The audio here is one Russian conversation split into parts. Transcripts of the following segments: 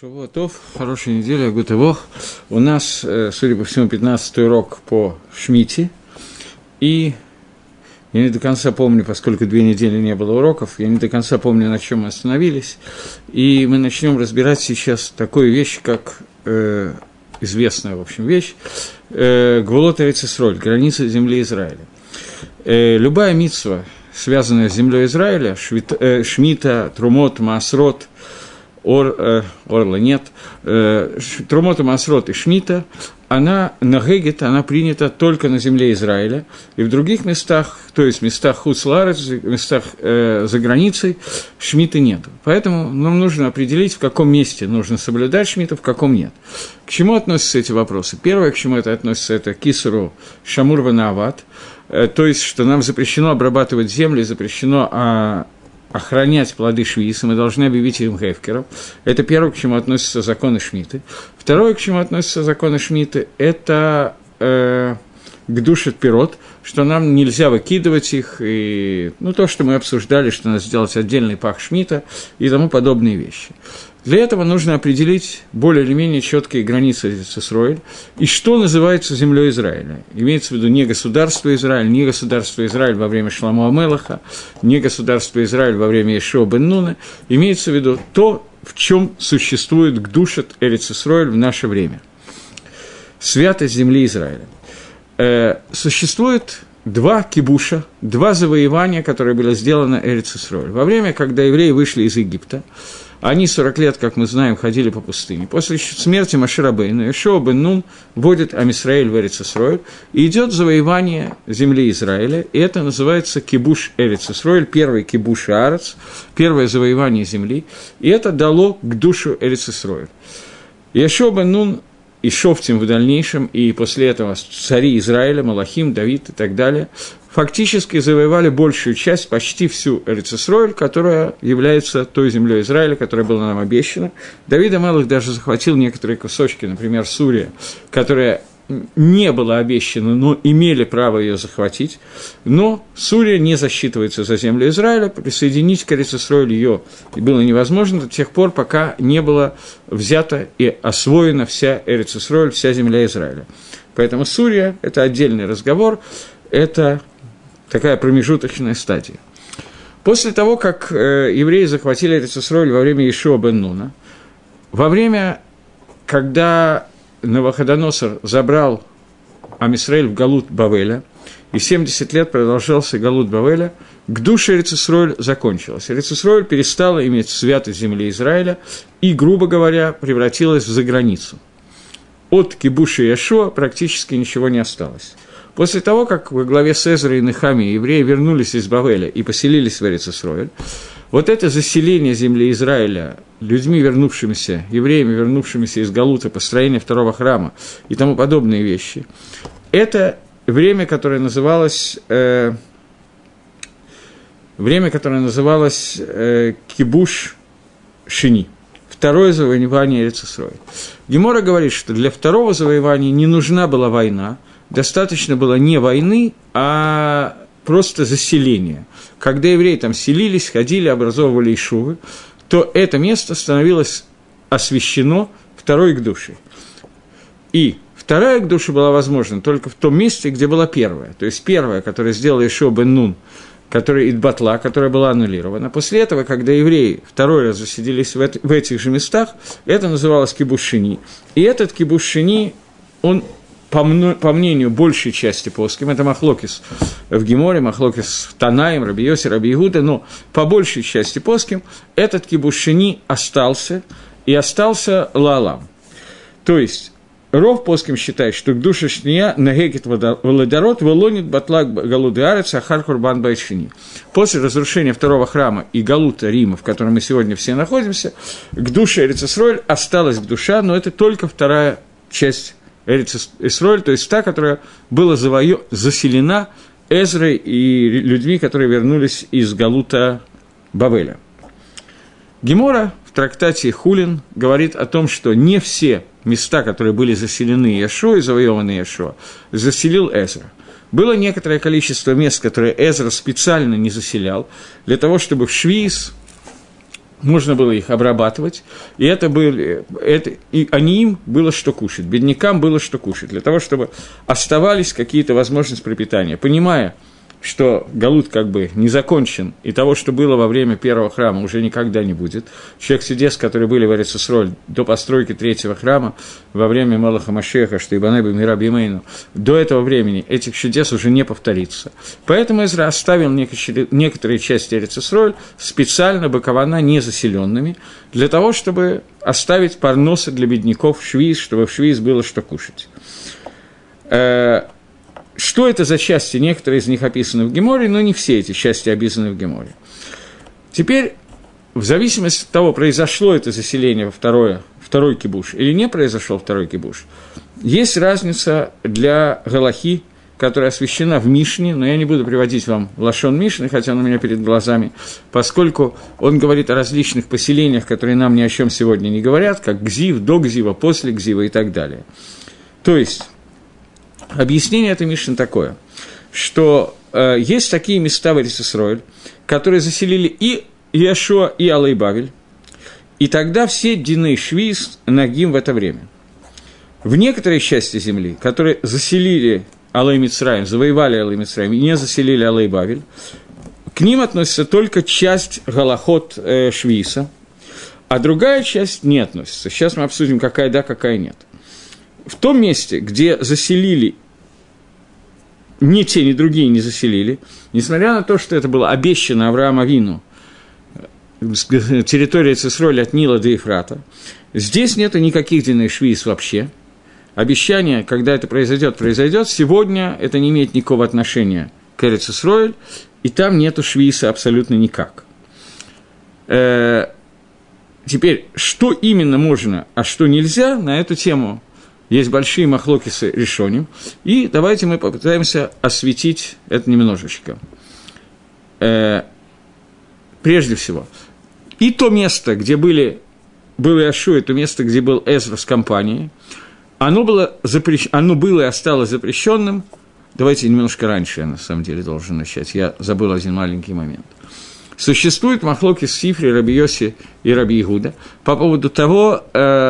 Шавуатов, хорошей недели, Агутывох. У нас, судя по всему, 15-й урок по Шмите. И я не до конца помню, поскольку 2 недели не было уроков, я не до конца помню, на чем мы остановились. И мы начнем разбирать сейчас такую вещь, как известная, в общем, вещь, Гвулот Эрец Исроэль, границы земли Израиля. Любая мицва, связанная с землей Израиля, Шмита, Трумот, Маасрот, Орла нет, Трумот, Маасрот и Шмита, она нагегет, она принята только на земле Израиля, и в других местах, то есть в местах Хуц-Лаарец, в местах за границей, Шмиты нет. Поэтому нам нужно определить, в каком месте нужно соблюдать Шмиту, в каком нет. К чему относятся эти вопросы? Первое, к чему это относится, это Кисуру Шамур Ванаават, то есть, что нам запрещено обрабатывать землю, запрещено охранять плоды швииса, мы должны объявить им хефкером. Это первое, к чему относятся законы Шмиты. Второе, к чему относятся законы Шмиты, это к душе пирот, что нам нельзя выкидывать их, и, то, что мы обсуждали, что надо сделать отдельный пах Шмита и тому подобные вещи. Для этого нужно определить более или менее четкие границы Эрец Исроэль и что называется землей Израиля. Имеется в виду не государство Израиль, не государство Израиль во время Шломо ха-Мелеха, не государство Израиль во время Йешуа бен Нуна. Имеется в виду то, в чем существует гдушат Эрец Исроэль в наше время. Святость земли Израиля. Существует 2 кибуша, 2 завоевания, которые были сделаны Эрец Исроэль. Во время, когда евреи вышли из Египта, они 40 лет, как мы знаем, ходили по пустыне. После смерти Моше Рабейну Йешуа бен Нун вводит Ам Исраэль в Эрец Исроэль, и идет завоевание земли Израиля, и это называется кибуш Эрец Исроэль, первый кибуш Аарец, первое завоевание земли, и это дало к душу Эрец Исроэль. Йешуа бен Нун и Шофтим в дальнейшем, и после этого цари Израиля, Малахим, Давид и так далее, фактически завоевали большую часть, почти всю Эрец Исроэль, которая является той землей Израиля, которая была нам обещана. Давид ха-Мелех даже захватил некоторые кусочки, например, Сурия, которая не была обещана, но имели право ее захватить. Но Сурия не засчитывается за землю Израиля, присоединить к Эрец Исроэль ее было невозможно до тех пор, пока не была взята и освоена вся Эрец Исроэль, вся земля Израиля. Поэтому Сурия – это отдельный разговор, это такая промежуточная стадия. После того, как евреи захватили Эрец Исроэль во время Йешуа бен Нуна, во время, когда Навуходоносор забрал Ам Исраэль в Галут Бавеля, и 70 лет продолжался Галут Бавеля, к душе Эрец Исроэль закончилась. Эрец Исроэль перестала иметь святость земли Израиля и, грубо говоря, превратилась в заграницу. От кибуша Йешуа практически ничего не осталось. После того, как во главе с Эзрой и Нехамией евреи вернулись из Бавеля и поселились в Эрец Исроэль, вот это заселение земли Израиля людьми, вернувшимися, евреями, вернувшимися из Галута, построение второго храма и тому подобные вещи, это время, которое называлось Кибуш Шини, второе завоевание Эрец Исроэль. Гемора говорит, что для второго завоевания не нужна была война, достаточно было не войны, а просто заселение. Когда евреи там селились, ходили, образовывали ишувы, то это место становилось освящено второй кдушей. И вторая кдуша была возможна только в том месте, где была первая. То есть первая, которую сделал Йешуа бен Нун, которая Идбатла, которая была аннулирована. После этого, когда евреи второй раз заселились в этих же местах, это называлось кибуш шини. И этот кибуш шини, он, по мнению большей части поским, это махлокис в Геморе, махлокис в Танаим, Раби Йоси, Раби Игуда, но по большей части поским этот кибуш шини остался, и остался лаалам. То есть Ров поским считает, что душа шния нагекет владарот волонит батлак галуды арец ахар курбан байшини. После разрушения второго храма и галута Рима, в котором мы сегодня все находимся, к душе Эрец Исроэль осталась душа, но это только вторая часть Эрец Исроэль, то есть та, которая была заселена Эзрой и людьми, которые вернулись из Галута Бавеля. Гемора в трактате Хулин говорит о том, что не все места, которые были заселены Йешуа и завоеваны Йешуа, заселил Эзра. Было некоторое количество мест, которые Эзра специально не заселял, для того, чтобы в Швиис можно было их обрабатывать, и им было что кушать, беднякам было что кушать, для того, чтобы оставались какие-то возможности пропитания, понимая, что галут как бы не закончен, и того, что было во время первого храма, уже никогда не будет. Человек чудес, которые были в Эрец Исроэль до постройки третьего храма, во время Мелаха Машеха, что Ибанеба Мира Бимейну, до этого времени этих чудес уже не повторится. Поэтому Эзра оставил некоторые части Эрец Исроэль специально бакавана незаселенными, для того, чтобы оставить парносы для бедняков в Швиз, чтобы в Швиз было что кушать. Что это за части? Некоторые из них описаны в Геморе, но не все эти части описаны в Геморе. Теперь, в зависимости от того, произошло это заселение во второй кибуш или не произошел второй кибуш, есть разница для галахи, которая освящена в Мишне, но я не буду приводить вам лашон Мишны, хотя он у меня перед глазами, поскольку он говорит о различных поселениях, которые нам ни о чем сегодня не говорят, как Гзив, до Гзива, после Гзива и так далее. То есть, объяснение этой Мишны такое, что есть такие места в Эрец Исроэль, которые заселили и Иешуа, и Алей Бавель, и тогда все Диней Швиз нагим в это время. В некоторой части земли, которые заселили Алей Мицраим, завоевали Алей Мицраим и не заселили Алей Бавель, к ним относится только часть Галахот Швиса, а другая часть не относится. Сейчас мы обсудим, какая да, какая нет. В том месте, где заселили, ни те, ни другие не заселили, несмотря на то, что это было обещано Аврааму Авину, территория Цисроля от Нила до Ефрата, здесь нету никаких Диней Швиз вообще. Обещание, когда это произойдет, произойдет. Сегодня это не имеет никакого отношения к Эрец Исроэль, и там нету Швиса абсолютно никак. Теперь, что именно можно, а что нельзя, на эту тему есть большие махлокисы решоним, и давайте мы попытаемся осветить это немножечко. Прежде всего, и то место, где был Иошуа, и то место, где был Эзра с компанией, оно было и осталось запрещенным. Давайте немножко раньше я, на самом деле, должен начать. Я забыл один маленький момент. Существует махлокис Сифри, Раби Йоси и Раби Игуда по поводу того,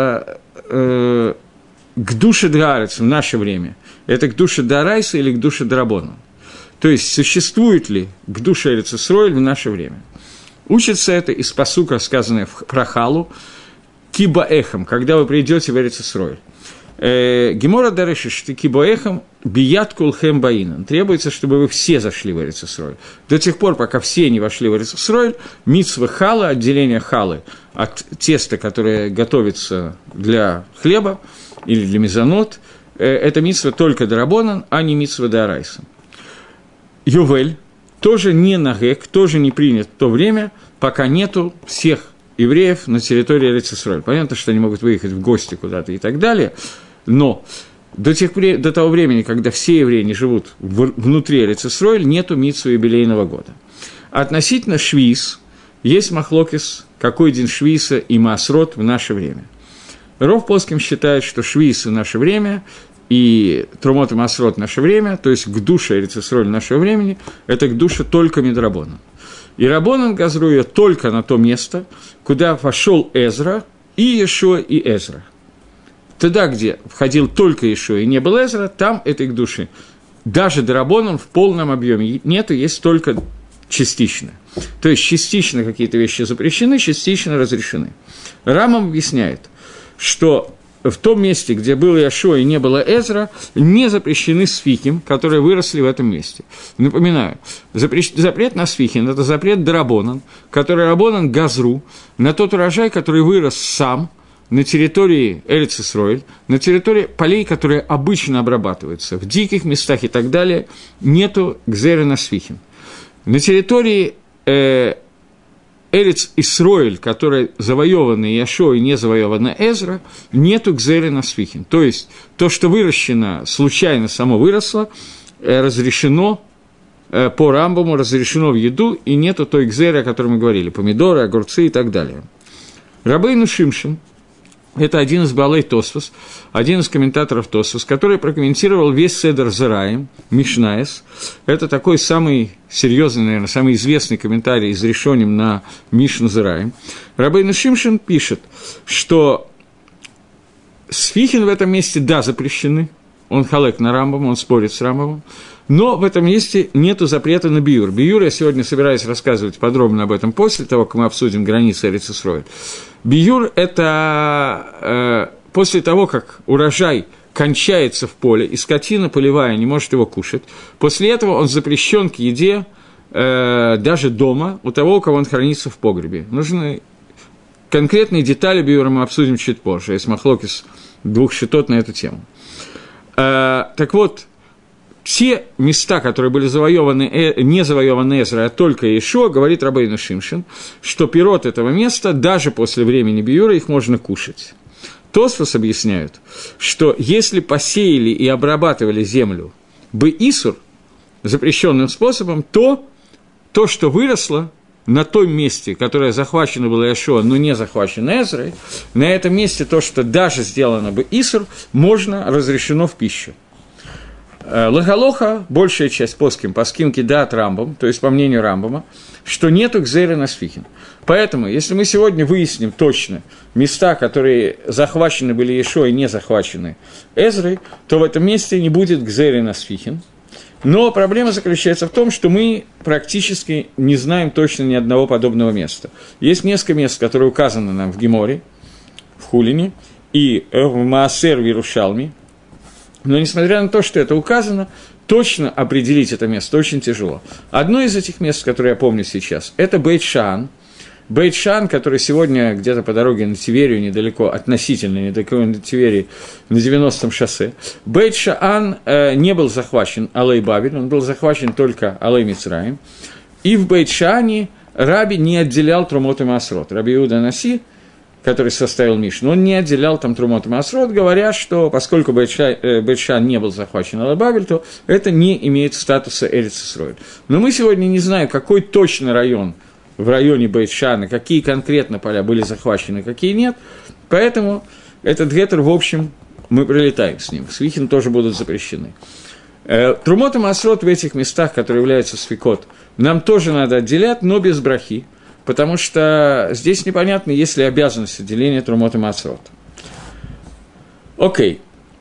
к душе Даарец в наше время. Это к душе Даарайса или к душе Дарабона. То есть, существует ли к душе Эрец Исроэль в наше время. Учится это из пасука, сказанное про Халу, «Киба эхом», когда вы придете в Эрец Исроэль. Гемора дарешит, что «Киба эхом» бият кулхем баинан. Требуется, чтобы вы все зашли в Эрец Исроэль. До тех пор, пока все не вошли в Эрец Исроэль, мицва хала, отделение халы от теста, которое готовится для хлеба или для мезонот, это мицва только дарабонан, а не мицва даарайса. Ювель тоже не нагек, тоже не принят в то время, пока нету всех евреев на территории Эрец Исроэль. Понятно, что они могут выехать в гости куда-то и так далее, но до того времени, когда все евреи не живут внутри Эрец Исроэль, нету мицвы юбилейного года. Относительно Швиз, есть махлокис, какой день Швиса и Маасрот в наше время. Ров Поским считает, что Швиз в наше время и Трумот и Маасрот в наше время, то есть к душе Эрец Исроэль нашего времени, это к душе только Мидрабона. И Рабонан газрует только на то место, куда вошел Эзра, и Иешуа, и Эзра. Туда, где входил только Иешуа и не был Эзра, там этой к душе. Даже Дарабонан в полном объеме нету, есть только частично. То есть частично какие-то вещи запрещены, частично разрешены. Рамам объясняет, что в том месте, где был Иешуа и не было Эзра, не запрещены сфихим, которые выросли в этом месте. Напоминаю, запрет на сфихим – это запрет дарабонан, который рабонан газру, на тот урожай, который вырос сам на территории Эрец Исроэль, на территории полей, которые обычно обрабатываются, в диких местах и так далее, нету гзеры на сфихим. На территории Эрец Исроэль, которая завоевана Иешуа и не завоевана Эзра, нету гзеры на сфихим. То есть, то, что выращено, случайно само выросло, разрешено по Рамбаму, разрешено в еду, и нету той гзеры, о которой мы говорили, помидоры, огурцы и так далее. Рабейну Шимшин Это один из Баалей Тосфос, один из комментаторов Тосфос, который прокомментировал весь Седер Зараим, Мишнаес. Это такой самый серьезный, наверное, самый известный комментарий из Решоним на Мишну Зараим. Рабейну Шимшон пишет, что сфихин в этом месте, да, запрещены. Он халек на Рамбам, он спорит с Рамбамом. Но в этом месте нет запрета на биюр. Биюр я сегодня собираюсь рассказывать подробно об этом после того, как мы обсудим границы Эрец Исроэль. Биюр – это после того, как урожай кончается в поле, и скотина полевая не может его кушать, после этого он запрещен к еде даже дома у того, у кого он хранится в погребе. Нужны конкретные детали биюра мы обсудим чуть позже. Есть махлокис двух шитот на эту тему. Так вот, те места, которые были завоеваны, не завоеваны Эзрой, а только Иешуа, говорит Рабейну Шимшон, что пирот этого места, даже после времени биюра, их можно кушать. Тосфос объясняют, что если посеяли и обрабатывали землю беисур, запрещенным способом, то, что выросло на том месте, которое захвачено было Иешуа, но не захвачено Эзрой, на этом месте то, что даже сделано беисур, можно, разрешено в пищу. Лагалоха, большая часть по скимке дат Рамбам, то есть по мнению Рамбама, что нету гзейра на сфихин. Поэтому, если мы сегодня выясним точно места, которые захвачены были Иешуа и не захвачены Эзрой, то в этом месте не будет гзейра на сфихин. Но проблема заключается в том, что мы практически не знаем точно ни одного подобного места. Есть несколько мест, которые указаны нам в Геморе, в Хулине и в Маасер в Иерушалме. Но, несмотря на то, что это указано, точно определить это место очень тяжело. Одно из этих мест, которое я помню сейчас, это Бейт-Шаан. Бейт-Шаан, который сегодня где-то по дороге на Тиверию, относительно недалеко на Тиверии, на 90-м шоссе. Бейт-Шаан не был захвачен Алей Бавель, он был захвачен только Алей Мицраим. И в Бейт-Шаане Раби не отделял Трумот и Маасрот. Раби Иуда Наси, который составил Мишну, он не отделял там Трумот и Маасрот, говоря, что поскольку Бейт-Шаан не был захвачен Алей Бавель, то это не имеет статуса Эрец Исроэль. Но мы сегодня не знаем, какой точно район в районе Бейт-Шаана, какие конкретно поля были захвачены, какие нет, поэтому этот гетер, в общем, мы прилетаем с ним, свихин тоже будут запрещены. Трумот и Маасрот в этих местах, которые являются сфикот, нам тоже надо отделять, но без брахи, потому что здесь непонятно, есть ли обязанность отделения Трумот и Маасрот. Окей,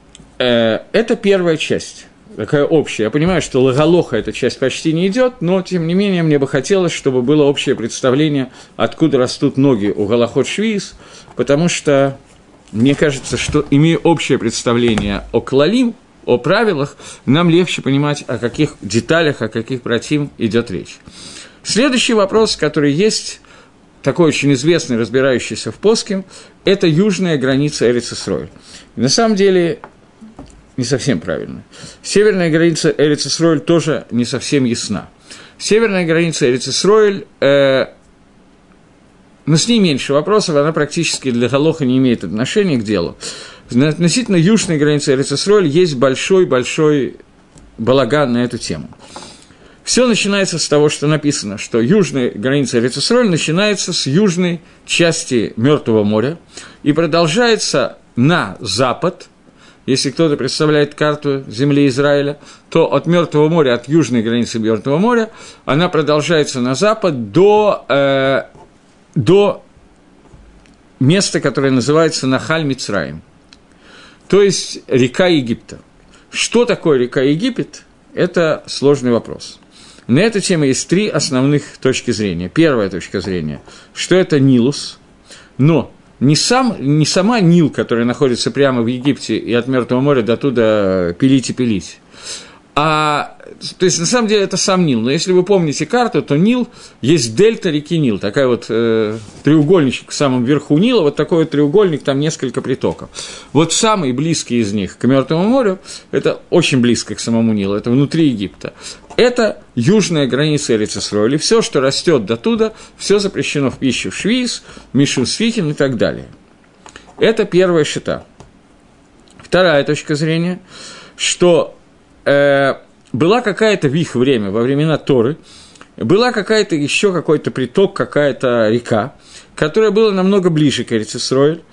это первая часть. Такая общая. Я понимаю, что лагалоха эта часть почти не идет, но, тем не менее, мне бы хотелось, чтобы было общее представление, откуда растут ноги у галахот швиис, потому что мне кажется, что, имея общее представление о клалим, о правилах, нам легче понимать, о каких деталях, о каких против идет речь. Следующий вопрос, который есть, такой очень известный, разбирающийся в Поским, это южная граница Эрец Исроэль. На самом деле, не совсем правильно. Северная граница Эрец Исроэль тоже не совсем ясна. Северная граница Эрец Исроэль, но с ней меньше вопросов, она практически для галоха не имеет отношения к делу. Относительно южной границы Эрец Исроэль есть большой балаган на эту тему. Все начинается с того, что написано, что южная граница Эрец Исроэль начинается с южной части Мертвого моря и продолжается на запад. Если кто-то представляет карту земли Израиля, то от Мертвого моря, от южной границы Мертвого моря, она продолжается на запад до места, которое называется Нахаль Мицраим, то есть река Египта. Что такое река Египет? Это сложный вопрос. На эту тему есть три основных точки зрения. Первая точка зрения, что это Нилус, но не сама Нил, которая находится прямо в Египте и от Мертвого моря до туда пилить и пилить, то есть, на самом деле, это сам Нил. Но если вы помните карту, то Нил, есть дельта реки Нил, такая вот треугольничек в самом верху Нила, вот такой вот треугольник, там несколько притоков. Вот самый близкий из них к Мертвому морю, это очень близко к самому Нилу, это внутри Египта. Это южная граница Эрец Исроэль, и все, что растет до туда, все запрещено в пищу в швиз, мишум сфихин и так далее. Это первая шита. Вторая точка зрения, что была какая-то в их время, во времена Торы, была какая-то еще какой-то приток, какая-то река, которая была намного ближе к Эрец Исроэль,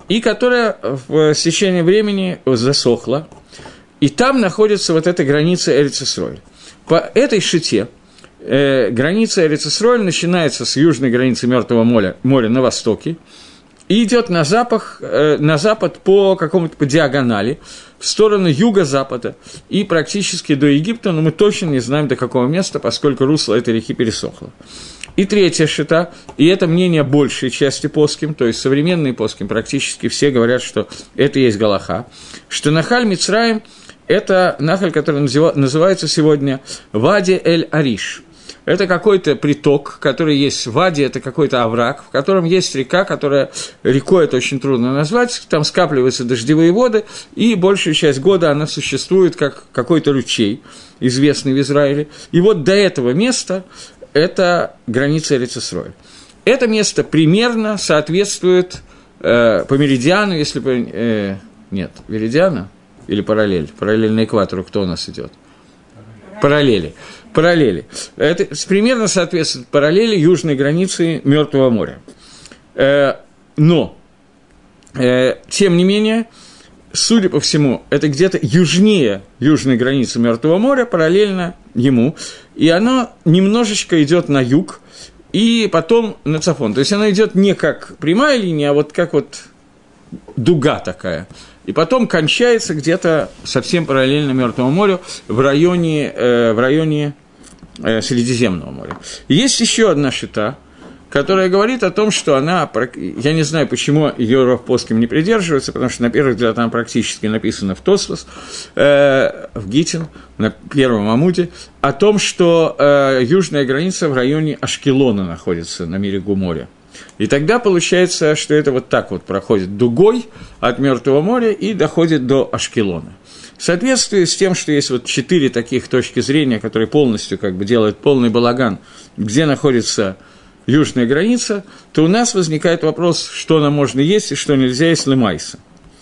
и которая в течение времени засохла, и там находится вот эта граница Эрец-Исроэль. По этой шите граница Эрец-Исроэль начинается с южной границы Мертвого моря на востоке, и идет на запад по какому-то по диагонали, в сторону юго-запада, и практически до Египта, но мы точно не знаем, до какого места, поскольку русло этой реки пересохло. И третья шита, и это мнение большей части поским, то есть современные поским, практически все говорят, что это есть галаха, что Нахаль Мицраим – это нахаль, который называется сегодня Вади-эль-Ариш. Это какой-то приток, который есть в Ваде, это какой-то овраг, в котором есть река, которая, рекой это очень трудно назвать, там скапливаются дождевые воды, и большую часть года она существует как какой-то ручей, известный в Израиле. И вот до этого места это граница Эрец-Исроэль. Это место примерно соответствует по меридиану, если нет, меридиана или параллель? Параллельно экватору кто у нас идет? Параллели. Это примерно соответствует параллели южной границы Мертвого моря. Но, тем не менее, судя по всему, это где-то южнее южной границы Мертвого моря, параллельно ему, и оно немножечко идет на юг, и потом на Цафон. То есть оно идет не как прямая линия, а вот как вот дуга такая. И потом кончается где-то совсем параллельно Мертвому морю в районе Средиземного моря. И есть еще одна шита, которая говорит о том, что она, я не знаю, почему ее Рав Поским не придерживается, потому что, на первый взгляд, она практически написана в Тосфос, в Гитин, на первом амуде, о том, что южная граница в районе Ашкелона находится на берегу моря. И тогда получается, что это вот так вот проходит дугой от Мертвого моря и доходит до Ашкелона. В соответствии с тем, что есть вот 4 таких точки зрения, которые полностью как бы делают полный балаган, где находится южная граница, то у нас возникает вопрос, что нам можно есть и что нельзя есть лемайса.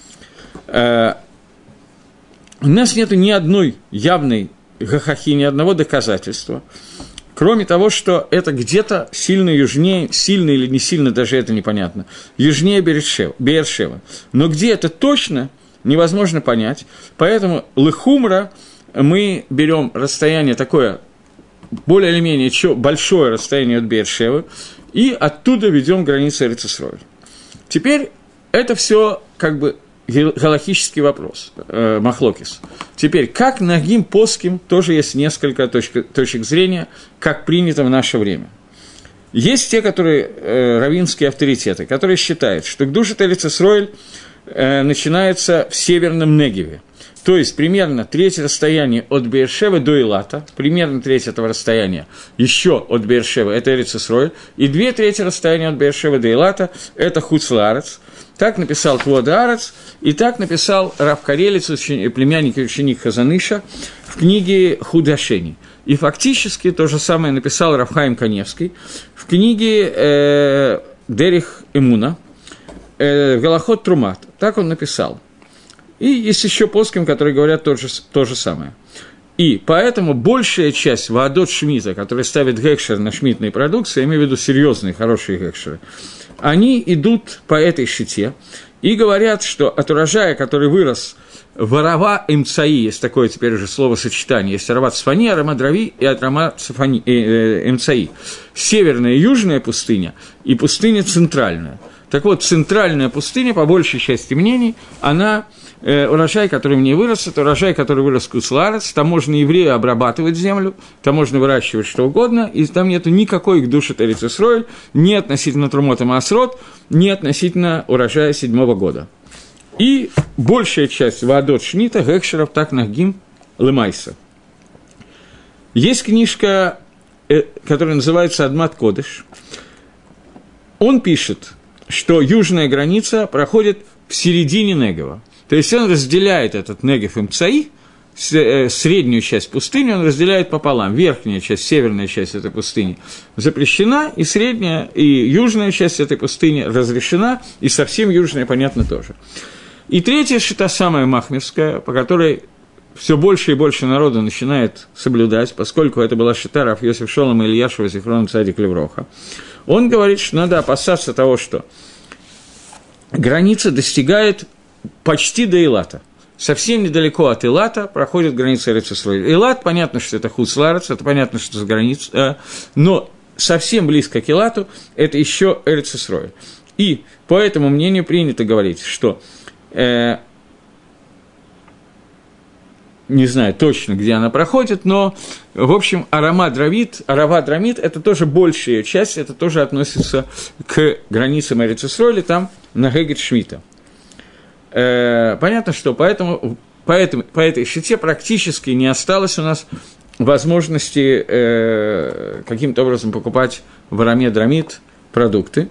У нас нет ни одной явной гахахи, ни одного доказательства, кроме того, что это где-то сильно южнее, сильно или не сильно, даже это непонятно, южнее Беэршева. Но где это точно, невозможно понять. Поэтому лехумра мы берем расстояние такое, более или менее большое расстояние от Беэршевы, и оттуда ведем границу Эрец-Исроэль. Теперь это все как бы галахический вопрос, махлокис. Теперь, как нагим поским, тоже есть несколько точек зрения, как принято в наше время. Есть те, которые раввинские авторитеты, которые считают, что Кдушат Эрец-Исроэль начинается в северном Негеве. То есть, примерно третье расстояние от Беэршевы до Илата, примерно треть этого расстояния еще от Беэршевы, это Эрец-Исроэль, и 2/3 расстояния от Беэршевы до Илата, это Хуц-Лаарец. Так написал Квод-Аарец, и так написал Рав Карелец, племянник и ученик Хазаныша, в книге «Худашени». И фактически то же самое написал Рав Хаим Каневский в книге «Дерих Эмуна», в Галахот Трумат. Так он написал. И есть еще поским, которые говорят то же самое. И поэтому большая часть Ваадот Шмита, которые ставят гекшер на шмитные продукции, я имею в виду серьезные, хорошие гекшеры, они идут по этой шите и говорят, что от урожая, который вырос в Арава Эмцаи, есть такое теперь уже словосочетание, есть Арава Цфани, Арава Драви и Арава Эмцаи, северная и южная пустыня и пустыня центральная. Так вот, центральная пустыня, по большей части мнений, она урожай, который в ней вырос, это урожай, который вырос в Хуц-Лаарец, там можно еврею обрабатывать землю, там можно выращивать что угодно, и там нету никакой Кдушат Эрец-Исроэль, ни относительно Трумот и Маасрот, ни относительно урожая 7-го года. И большая часть Ваадот Шмита, гекшеров, так нагим лемайса. Есть книжка, которая называется «Адмат Кодеш». Он пишет, что южная граница проходит в середине Негева. То есть он разделяет этот Негев Эмцаи, среднюю часть пустыни он разделяет пополам. Верхняя часть, северная часть этой пустыни запрещена, и средняя, и южная часть этой пустыни разрешена, и совсем южная, понятно, тоже. И третья шита, самая махмерская, по которой все больше и больше народа начинает соблюдать, поскольку это была шита Рав Йосеф Шолома Ильяшева Зихрон Цадик Левроха. Он говорит, что надо опасаться того, что граница достигает почти до Эйлата. Совсем недалеко от Эйлата проходит граница Эрец-Исроэль. Эйлат, понятно, что это Хуц-Лаарец, это понятно, что за граница, но совсем близко к Эйлату это еще Эрец-Исроэль. И по этому мнению принято говорить, что, не знаю точно, где она проходит, но, в общем, Арава Драмит – это тоже большая часть, это тоже относится к границам Эрец-Исроэля, там Нагегет Шмита. Понятно, что по этой щите практически не осталось у нас возможности каким-то образом покупать в Араме Драмит продукты.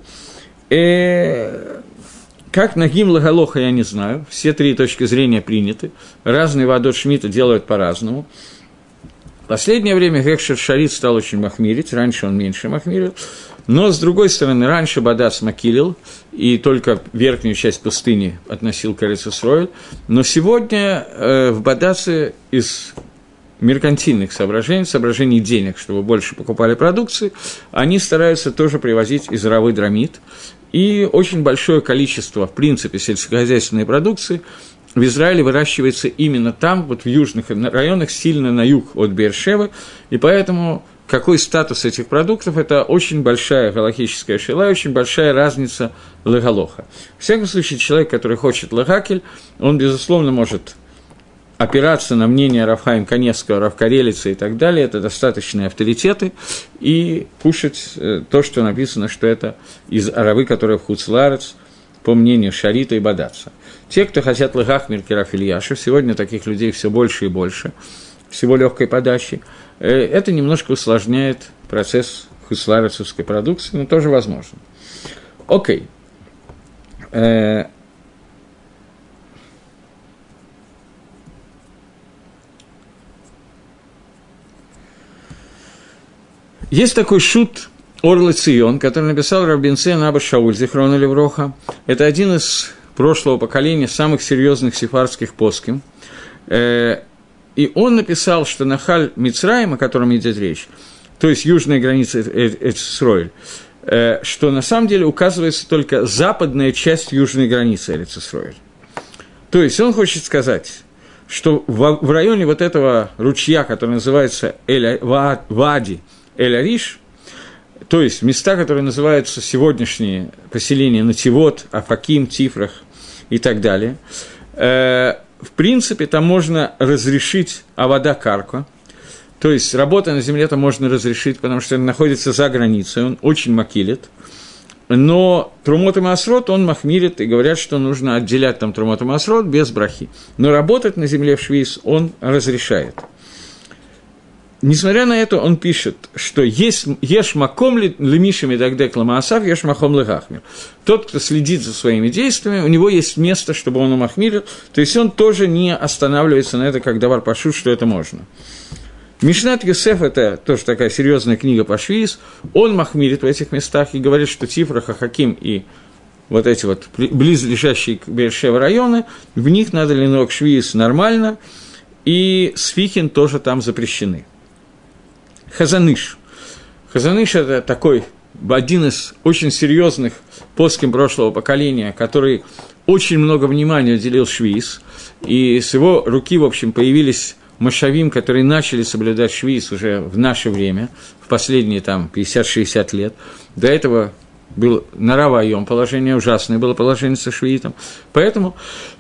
Как Нагим Лагалоха, я не знаю, все три точки зрения приняты, разные Ваадот Шмита делают по-разному. В последнее время Гекшер Шарит стал очень махмирить, раньше он меньше махмирил, но, с другой стороны, раньше Бадас макилил, и только верхнюю часть пустыни относил к Эрец-Исроэль, но сегодня в Бадасе из меркантильных соображений денег, чтобы больше покупали продукции, они стараются тоже привозить из Аравы Драмит, и очень большое количество, в принципе, сельскохозяйственной продукции в Израиле выращивается именно там, вот в южных районах, сильно на юг от Беэр-Шевы, и поэтому какой статус этих продуктов – это очень большая галахическая шила, очень большая разница лагалоха. В всяком случае, человек, который хочет лагакель, он, безусловно, может опираться на мнение Рав Хаим Каневского, Рав Карелица и так далее, это достаточные авторитеты, и кушать то, что написано, что это из Аравы, которая в Хуц-Лаарец, по мнению Шарита и Бадаца. Те, кто хотят лагах Миркераф Ильяшев, сегодня таких людей все больше и больше, всего легкой подачи, это немножко усложняет процесс хуцлаарецовской продукции, но тоже возможно. Окей. Есть такой шут Орла Цион, который написал Рав Бенсен Аба Шауль, зихрона левроха. Это один из прошлого поколения самых серьезных сефардских поским. И он написал, что Нахаль Мицраим, о котором идет речь, то есть южная граница Эрец-Исроэль, что на самом деле указывается только западная часть южной границы Эрец-Исроэль. То есть он хочет сказать, что в районе вот этого ручья, который называется Ваади Эль-Ариш, то есть места, которые называются сегодняшние поселения Нативот, Афаким, Тифрах и так далее, в принципе, там можно разрешить авода карка, то есть работа на земле там можно разрешить, потому что он находится за границей, он очень макилит, но Трумот и Маасрот он махмирит, и говорят, что нужно отделять там Трумот и Маасрот без брахи, но работать на земле в Швейц он разрешает. Несмотря на это, он пишет, что еш маком лемишами дагдек ламаасав, еш махом легахмир. Тот, кто следит за своими действиями, у него есть место, чтобы он умахмирил, то есть он тоже не останавливается на это, как давар пашут, что это можно. Мишнат Йосеф – это тоже такая серьезная книга по Швейц, он махмирит в этих местах и говорит, что Тифрах, Ахаким и вот эти вот близлежащие к Беэр-Шева районы, в них надо ленок Швейц нормально, и сфихин тоже там запрещены. Хазаныш. Хазаныш – это такой, один из очень серьезных поским прошлого поколения, который очень много внимания уделил Швейц, и с его руки, в общем, появились машавим, которые начали соблюдать Швейц уже в наше время, в последние там 50-60 лет. До этого было на Равайом положение, ужасное было положение со Швеитом. Поэтому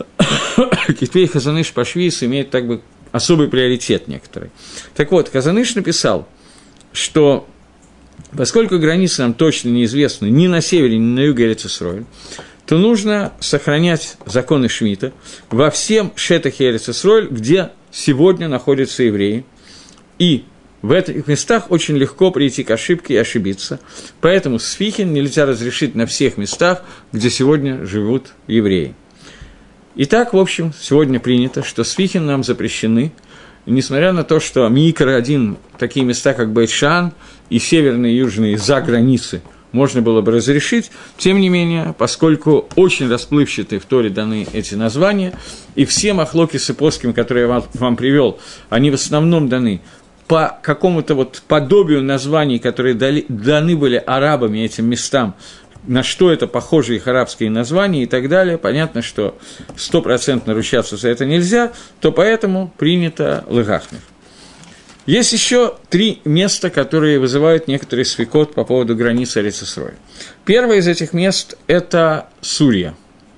Китвей Хазаныш по Швейц имеет так бы особый приоритет некоторый. Так вот, Хазаныш написал, что поскольку границы нам точно неизвестны ни на севере, ни на юге Эрец-Исроэль, то нужно сохранять законы Шмита во всем шетахе Эрец-Исроэль, где сегодня находятся евреи. И в этих местах очень легко прийти к ошибке и ошибиться. Поэтому сфихин нельзя разрешить на всех местах, где сегодня живут евреи. Итак, в общем, сегодня принято, что сфихин нам запрещены, несмотря на то, что Миикар-1, такие места, как Бейт-Шан, и северные и южные за границы можно было бы разрешить, тем не менее, поскольку очень расплывчатые в Торе даны эти названия, и все махлоки с эпоским, которые я вам привел, они в основном даны по какому-то вот подобию названий, которые даны были арабами этим местам на что это похоже их арабские названия и так далее, понятно, что 100% ручаться за это нельзя, то поэтому принято легахмир. Есть еще 3 места, которые вызывают некоторый свекот по поводу границы Эрец-Исроэль. Первое из этих мест – это Сирия.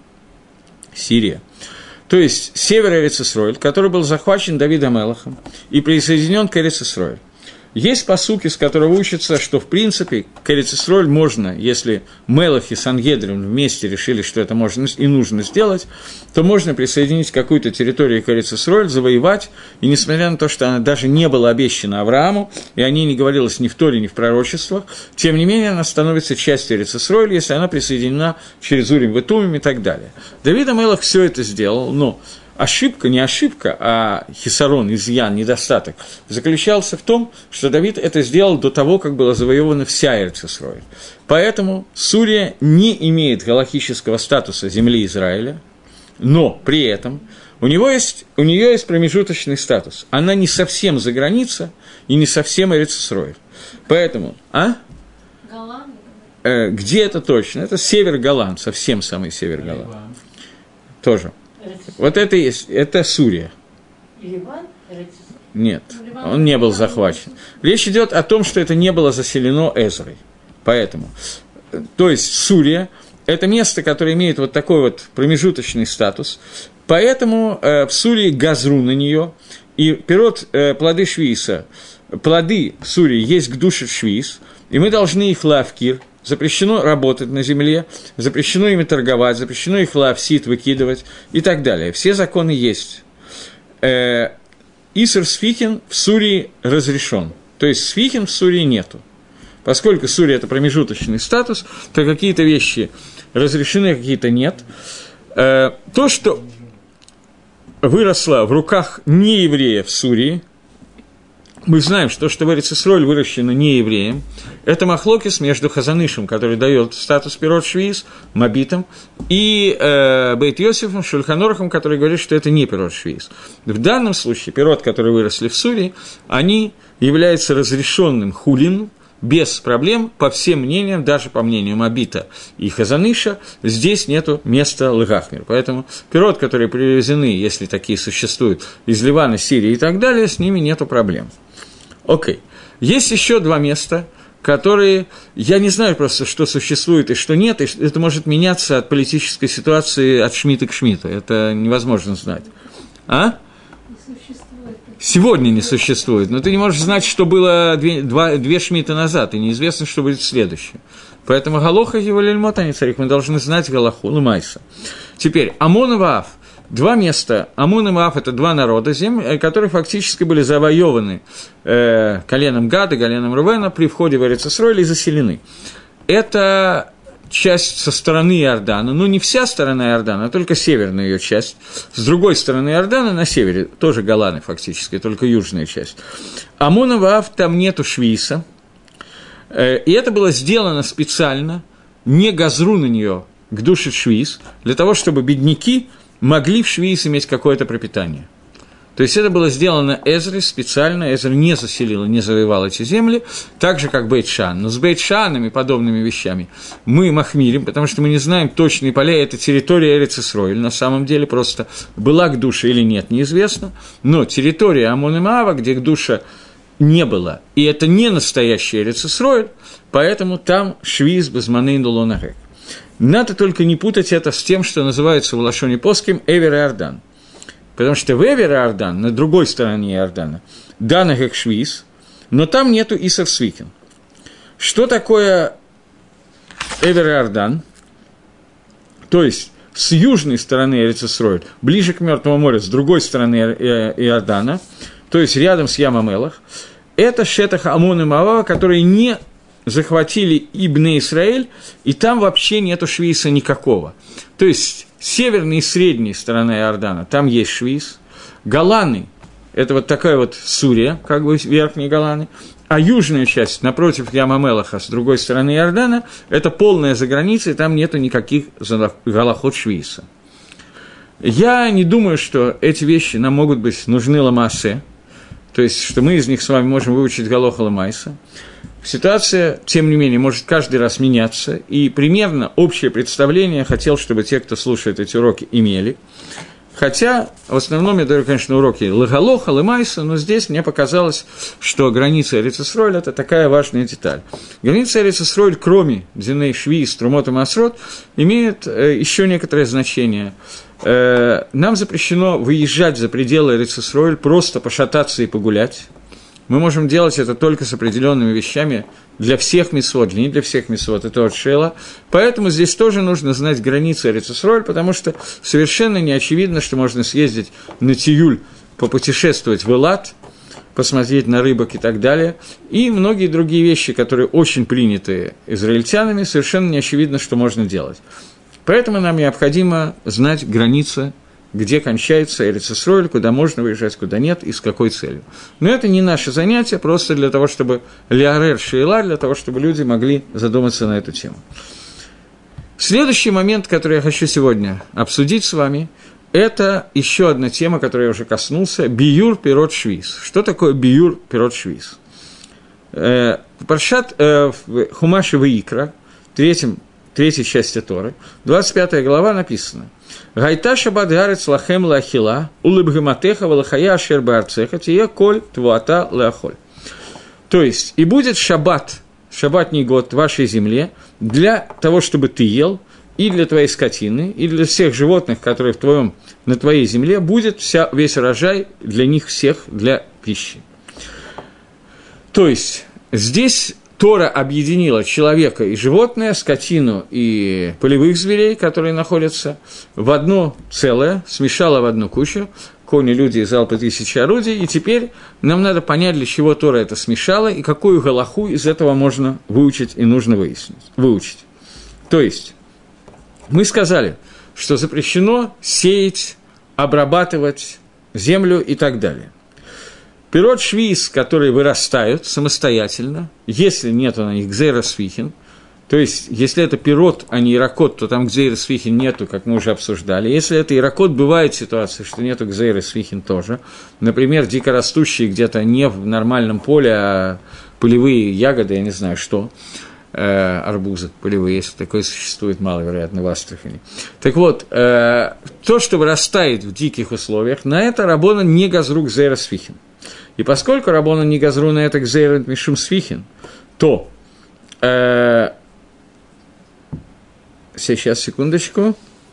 То есть север Эрец-Исроэль, который был захвачен Давидом Мелахом и присоединен к Эрец-Исроэль. Есть пасук, из которого учится, что, в принципе, к Эрец-Исроэль можно, если Мелах и Сангедрин вместе решили, что это можно и нужно сделать, то можно присоединить какую-то территорию к Эрец-Исроэль, завоевать, и несмотря на то, что она даже не была обещана Аврааму, и о ней не говорилось ни в Торе, ни в пророчествах, тем не менее она становится частью Эрец-Исроэль, если она присоединена через Урим и Тумим и так далее. Давид Мелах все это сделал, но ошибка, не ошибка, а хисарон, изъян, недостаток, заключался в том, что Давид это сделал до того, как была завоевана вся Эрец-Исроэль. Поэтому Сурия не имеет галахического статуса земли Израиля, но при этом у нее есть промежуточный статус. Она не совсем за граница и не совсем Эрец-Исроэль. Поэтому, Голланд? Где это точно? Это север Голланд, совсем самый север Голланд. Тоже. Вот это есть, это Сурия. Ливан? Нет, он не был захвачен. Речь идет о том, что это не было заселено Эзрой. Поэтому, то есть Сурия – это место, которое имеет вот такой вот промежуточный статус. Поэтому в Сурии газру на нее, и пирот, плоды швииса, плоды Сурии есть гдушет швиис, и мы должны их лавкир. Запрещено работать на земле, запрещено ими торговать, запрещено их лавсит выкидывать и так далее. Все законы есть. Иср сфихин в Сурии разрешен. То есть сфихин в Сурии нету. Поскольку Сурия – это промежуточный статус, то какие-то вещи разрешены, какие-то нет. То, что выросло в руках неевреев в Сурии, мы знаем, что в Эрец-Исроэль выращено не евреем. Это махлокис между Хазанышем, который дает статус пирот швиис, Мабитом, и Бейт Йосифом, Шульхан Орухом, который говорит, что это не пирот швиис. В данном случае пирот, которые выросли в Сурии, они являются разрешенным хулин, без проблем, по всем мнениям, даже по мнению Мабита и Хазаныша, здесь нету места легахмир. Поэтому пирот, которые привезены, если такие существуют, из Ливана, Сирии и так далее, с ними нету проблем. Окей. Есть еще 2 места, которые, я не знаю просто, что существует и что нет, и это может меняться от политической ситуации от Шмита к Шмиту, это невозможно знать. Сегодня не существует, но ты не можешь знать, что было 2 Шмита назад, и неизвестно, что будет следующее. Поэтому Галоха его лельмот, они царик, мы должны знать Галаху, Лумайса. Теперь, Амон и Ваав. 2 места. Амон и Моав – это 2 народа, которые фактически были завоеваны коленом Гада, коленом Рувена при входе в Эрец-Исроэль и заселены. Это часть со стороны Иордана, но не вся сторона Иордана, а только северная ее часть. С другой стороны Иордана, на севере, тоже Голаны фактически, только южная часть. Амон и Моав, там нету швииса, и это было сделано специально, не газру на нее, к душе швиис, для того, чтобы бедняки могли в швиис иметь какое-то пропитание. То есть это было сделано Эзрой специально, Эзра не заселил, не завоевал эти земли, так же, как Бейт-Шан. Но с Бейт-Шанами, подобными вещами, мы махмирим, потому что мы не знаем точные поля, это территория Эрец-Исроэль. На самом деле просто была Гдуша или нет, неизвестно, но территория Амон и Моава, где Гдуша не было, и это не настоящий Эрец-Исроэль, поэтому там швиис безманейн лонагек. Надо только не путать это с тем, что называется в Лашоне Поским Эвер и Иордан. Потому что в Эвер и Иордан, на другой стороне Иордана, Данагек швиис, но там нету Исар свикин. Что такое Эвер и Иордан? То есть с южной стороны Эрец-Исроэль, ближе к Мертвому морю, с другой стороны Иордана, то есть рядом с Ямамелах, это Шетах Амон и Моава, которые не захватили Ибн Исраэль, и там вообще нету швииса никакого. То есть северная и средняя сторона Иордана, там есть швиис. Голаны – это вот такая вот Сурия, как бы верхние Голаны. А южная часть, напротив Ямамелаха, с другой стороны Иордана, это полная заграница, и там нету никаких галахот швииса. Я не думаю, что эти вещи нам могут быть нужны ламаасе, то есть, что мы из них с вами можем выучить галоха ламайса. ситуация, тем не менее, может каждый раз меняться, и примерно общее представление я хотел, чтобы те, кто слушает эти уроки, имели. Хотя, в основном, я даю, конечно, уроки Лагалоха, Лемайса, но здесь мне показалось, что граница Эрец Исроэль – это такая важная деталь. Граница Эрец Исроэль, кроме Диней Шви, Струмот и Масрот, имеет еще некоторое значение. Нам запрещено выезжать за пределы Эрец Исроэль, просто пошататься и погулять. Мы можем делать это только с определенными вещами для всех мицвот, не для всех мицвот, это от Шейла. Поэтому здесь тоже нужно знать границы Эрец Исроэль, потому что совершенно не очевидно, что можно съездить на Тиюль, попутешествовать в Элат, посмотреть на рыбок и так далее. И многие другие вещи, которые очень приняты израильтянами, совершенно не очевидно, что можно делать. Поэтому нам необходимо знать границы, где кончается Эрец Исроэль, куда можно выезжать, куда нет, и с какой целью. Но это не наше занятие, просто для того, чтобы леарер шейла, для того, чтобы люди могли задуматься на эту тему. Следующий момент, который я хочу сегодня обсудить с вами, это еще одна тема, которой я уже коснулся, биюр пирот швиз. Что такое биюр пирот швиз? Паршат Хумаши Ваикра, третьей части Торы, 25 глава написано: «Гайта шаббат гарец лахем лахила, улыбгаматеха валахая ашер баарцеха, тие коль твуата лахоль». То есть, и будет шаббат, шаббатний год в вашей земле, для того, чтобы ты ел, и для твоей скотины, и для всех животных, которые на твоей земле, будет весь урожай для них всех для пищи. То есть, здесь Тора объединила человека и животное, скотину и полевых зверей, которые находятся в одно целое, смешала в одну кучу, кони, люди и залпы тысячи орудий, и теперь нам надо понять, для чего Тора это смешала, и какую галаху из этого можно выучить и нужно выучить. То есть, мы сказали, что запрещено сеять, обрабатывать землю и так далее. Пирот швиз, которые вырастают самостоятельно, если нет на них гзейра свихин, то есть, если это пирот, а не иракот, то там гзейра свихин нету, как мы уже обсуждали. Если это иракот, бывает ситуация, что нету гзейра свихин тоже. Например, дикорастущие где-то не в нормальном поле, а полевые ягоды, я не знаю что, арбузы полевые, если такое существует, маловероятно, в Астрахани. Так вот, то, что вырастает в диких условиях, на это рабона не газру гзейра свихин. И поскольку рабона не газру на это гзейра мишум свихин, то... Сейчас, секундочку.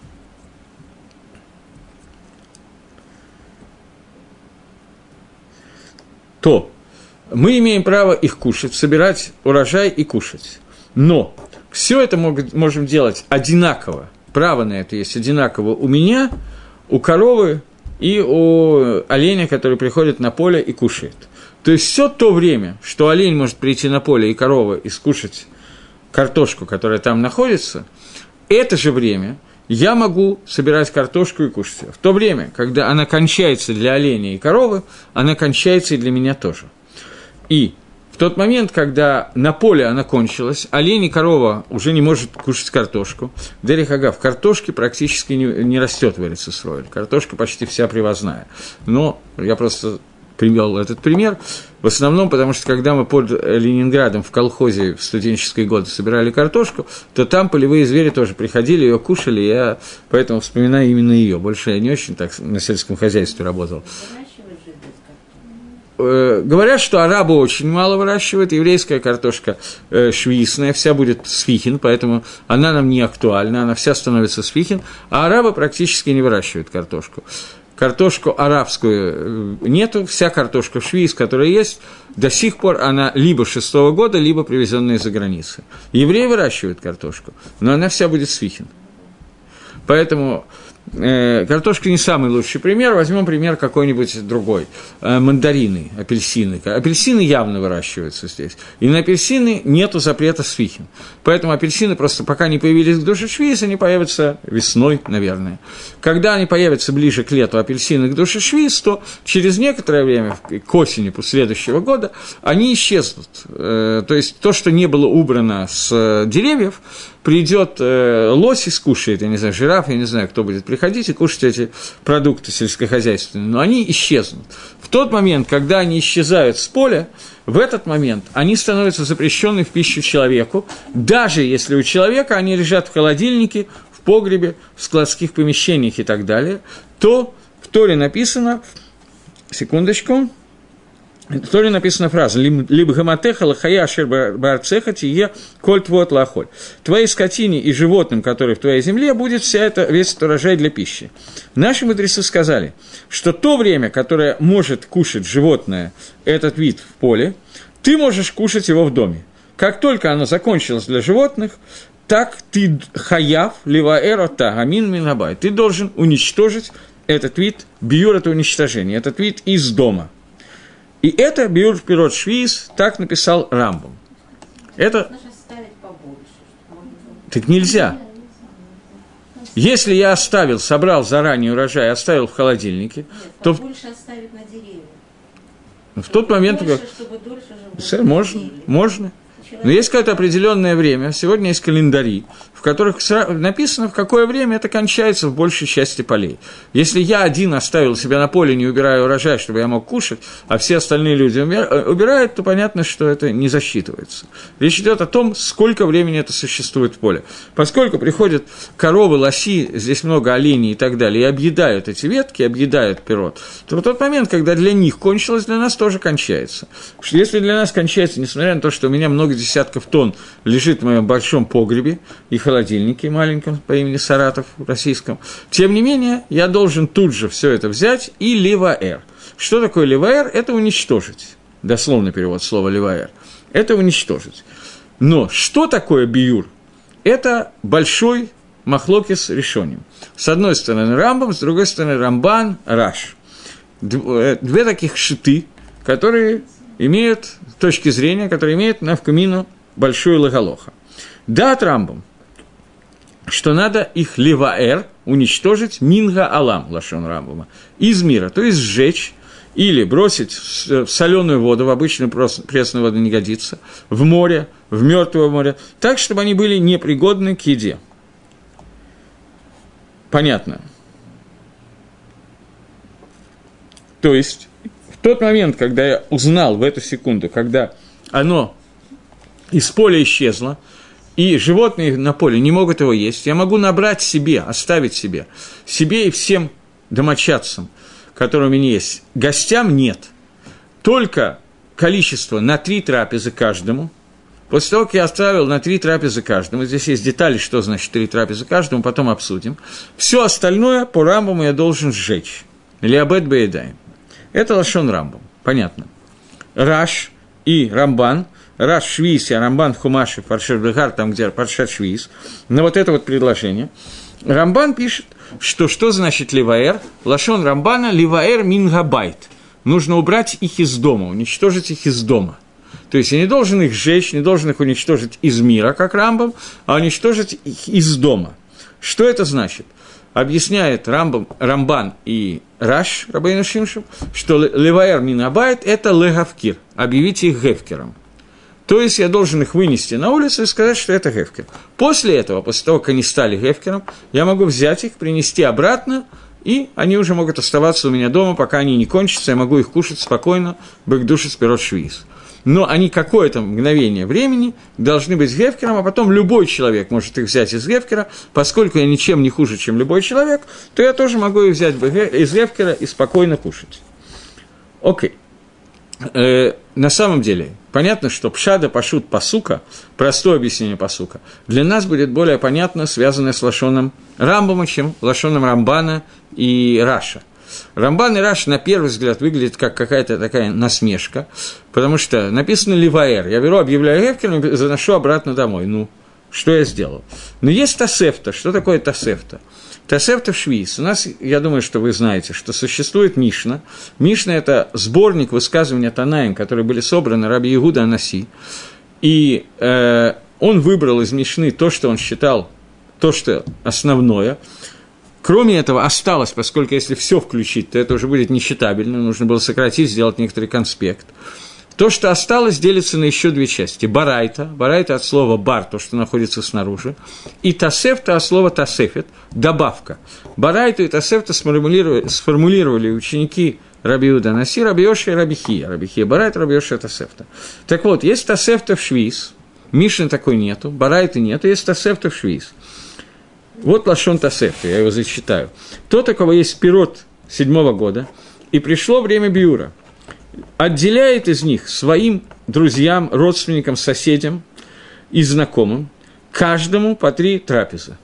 То мы имеем право их кушать, собирать урожай и кушать. Но все это можем делать одинаково. Право на это есть одинаково у меня, у коровы и у оленя, который приходит на поле и кушает. То есть все то время, что олень может прийти на поле и корова и скушать картошку, которая там находится, это же время я могу собирать картошку и кушать ее. В то время, когда она кончается для оленя и коровы, она кончается и для меня тоже. И в тот момент, когда на поле она кончилась, олень и корова уже не может кушать картошку. Дерих агав, картошки практически не растет в Эрец Исроэль. Картошка почти вся привозная. Но я просто привел этот пример, в основном потому, что когда мы под Ленинградом в колхозе в студенческие годы собирали картошку, то там полевые звери тоже приходили, ее кушали, я поэтому вспоминаю именно ее. Больше я не очень так на сельском хозяйстве работал. Говорят, что арабы очень мало выращивают, еврейская картошка швисная, вся будет сфихин, поэтому она нам не актуальна, она вся становится сфихин, а арабы практически не выращивают картошку. Картошку арабскую нету, вся картошка швиз, которая есть, до сих пор она либо 6-го года, либо привезенная из-за границы. Евреи выращивают картошку, но она вся будет сфихин. Поэтому картошка не самый лучший пример, возьмем пример какой-нибудь другой. Мандарины, апельсины. Апельсины явно выращиваются здесь. И на апельсины нету запрета сфихин. Поэтому апельсины просто пока не появились к душе швиз, они появятся весной, наверное. Когда они появятся ближе к лету, апельсины к душе швиз, то через некоторое время, к осени следующего года, они исчезнут. То есть то, что не было убрано с деревьев, придет лось и скушает, я не знаю, жираф, я не знаю, кто будет приходить и кушать эти продукты сельскохозяйственные, но они исчезнут. В тот момент, когда они исчезают с поля, в этот момент они становятся запрещенными в пищу человеку, даже если у человека они лежат в холодильнике, в погребе, в складских помещениях и так далее, то в Торе написано, секундочку, в Торе написана фраза «Либо гаматеха лахая ашер баарцеха тие коль твот лахоль». Твоей скотине и животным, которые в твоей земле, будет весь этот урожай для пищи. Наши мудрецы сказали, что то время, которое может кушать животное, этот вид в поле, ты можешь кушать его в доме. Как только оно закончилось для животных, так ты хаяв ливаэро тагамин минабай. Ты должен уничтожить этот вид, биюр – это уничтожение, этот вид из дома. И это биюр пирот швиз, так написал Рамбам. Это... Так нельзя. Если я оставил, собрал заранее урожай, оставил в холодильнике, нет, то... больше оставить на деревья. В тот момент... Больше, чтобы дольше жило. Можно. Но есть какое-то определенное время, сегодня есть календари, в которых написано, в какое время это кончается в большей части полей. Если я один оставил себя на поле, не убирая урожай, чтобы я мог кушать, а все остальные люди убирают, то понятно, что это не засчитывается. Речь идет о том, сколько времени это существует в поле. Поскольку приходят коровы, лоси, здесь много оленей и так далее, и объедают эти ветки, объедают пирот, то в тот момент, когда для них кончилось, для нас тоже кончается. Если для нас кончается, несмотря на то, что у меня много десятков тонн лежит в моем большом погребе и холодильнике маленьком по имени Саратов российском, тем не менее, я должен тут же все это взять и ливаэр. Что такое ливаэр? Это уничтожить. Дословный перевод слова ливаэр. Это уничтожить. Но что такое биюр? Это большой махлокис решоним. С одной стороны Рамбам, с другой стороны Рамбан, Раш. Две таких шиты, которые имеют точки зрения, которые имеют навкамину большую лагалоха. Да, Рамбам, что надо их ливаэр, уничтожить, минга алам, лашон Рамбама, из мира, то есть сжечь или бросить в соленую воду, в обычную пресную воду не годится, в море, в мертвое море, так, чтобы они были непригодны к еде. Понятно. То есть, в тот момент, когда я узнал, в эту секунду, когда оно из поля исчезло, и животные на поле не могут его есть, я могу набрать себе, оставить себе и всем домочадцам, которые у меня есть. Гостям нет. Только количество на 3 трапезы каждому. После того, как я оставил на 3 трапезы каждому, здесь есть детали, что значит 3 трапезы каждому, потом обсудим. Все остальное по Рамбаму я должен сжечь. Лиабет беедаем. Это лашон Рамбам. Понятно. Раш и Рамбан. Раш Швиз, а Рамбан Хумаши, Паршер Бегар, там, где Паршер Швиз. На вот это вот предложение. Рамбан пишет, что значит ливаэр. Лашон Рамбана ливаэр мингабайт. Нужно убрать их из дома, уничтожить их из дома. То есть я не должен их сжечь, не должен их уничтожить из мира, как Рамбам, а уничтожить их из дома. Что это значит? Объясняет Рамбан и Раш, Рабейну Шимшем, что ливаэр мингабайт – это легавкир, объявить их гевкером. То есть я должен их вынести на улицу и сказать, что это гевкер. После этого, после того, как они стали гевкером, я могу взять их, принести обратно, и они уже могут оставаться у меня дома, пока они не кончатся, я могу их кушать спокойно, бэкдушит пирот швиз. Но они какое-то мгновение времени должны быть гевкером, а потом любой человек может их взять из гевкера, поскольку я ничем не хуже, чем любой человек, то я тоже могу их взять из гевкера и спокойно кушать. Окей. На самом деле, понятно, что пшада, пашут, пасука, простое объяснение пасука, для нас будет более понятно, связанное с лашоном Рамбама, чем лашоном Рамбана и Раша. Рамбан и Раш, на первый взгляд, выглядят как какая-то такая насмешка, потому что написано «ливаэр». Я беру, объявляю гевкером и заношу обратно домой. Ну, что я сделал? Но есть тосефта. Что такое тосефта? Тосефта в Швиз. У нас, я думаю, что вы знаете, что существует Мишна. Мишна – это сборник высказываний Танаим, которые были собраны Раби Иуда Анаси. И он выбрал из Мишны то, что он считал, то, что основное. Кроме этого, осталось, поскольку если все включить, то это уже будет несчитабельно, нужно было сократить, сделать некоторый конспект. То, что осталось, делится на еще две части. Барайта от слова бар, то, что находится снаружи, и тасефта от слова тасефет, добавка. Барайту и тасефта сформулировали ученики Раби Иуда Наси, Раби Йоши и Раби Хия. Раби Хия барайта, Раби Йоши тасефта. Так вот, есть тасефта в швиз, Мишны такой нету, барайты нету, есть тасефта в швиз. Вот лашон тасефта, я его зачитаю. Тот, у кого есть пирот 7-го года, и пришло время биура, отделяет из них своим друзьям, родственникам, соседям и знакомым, каждому по 3 трапезы.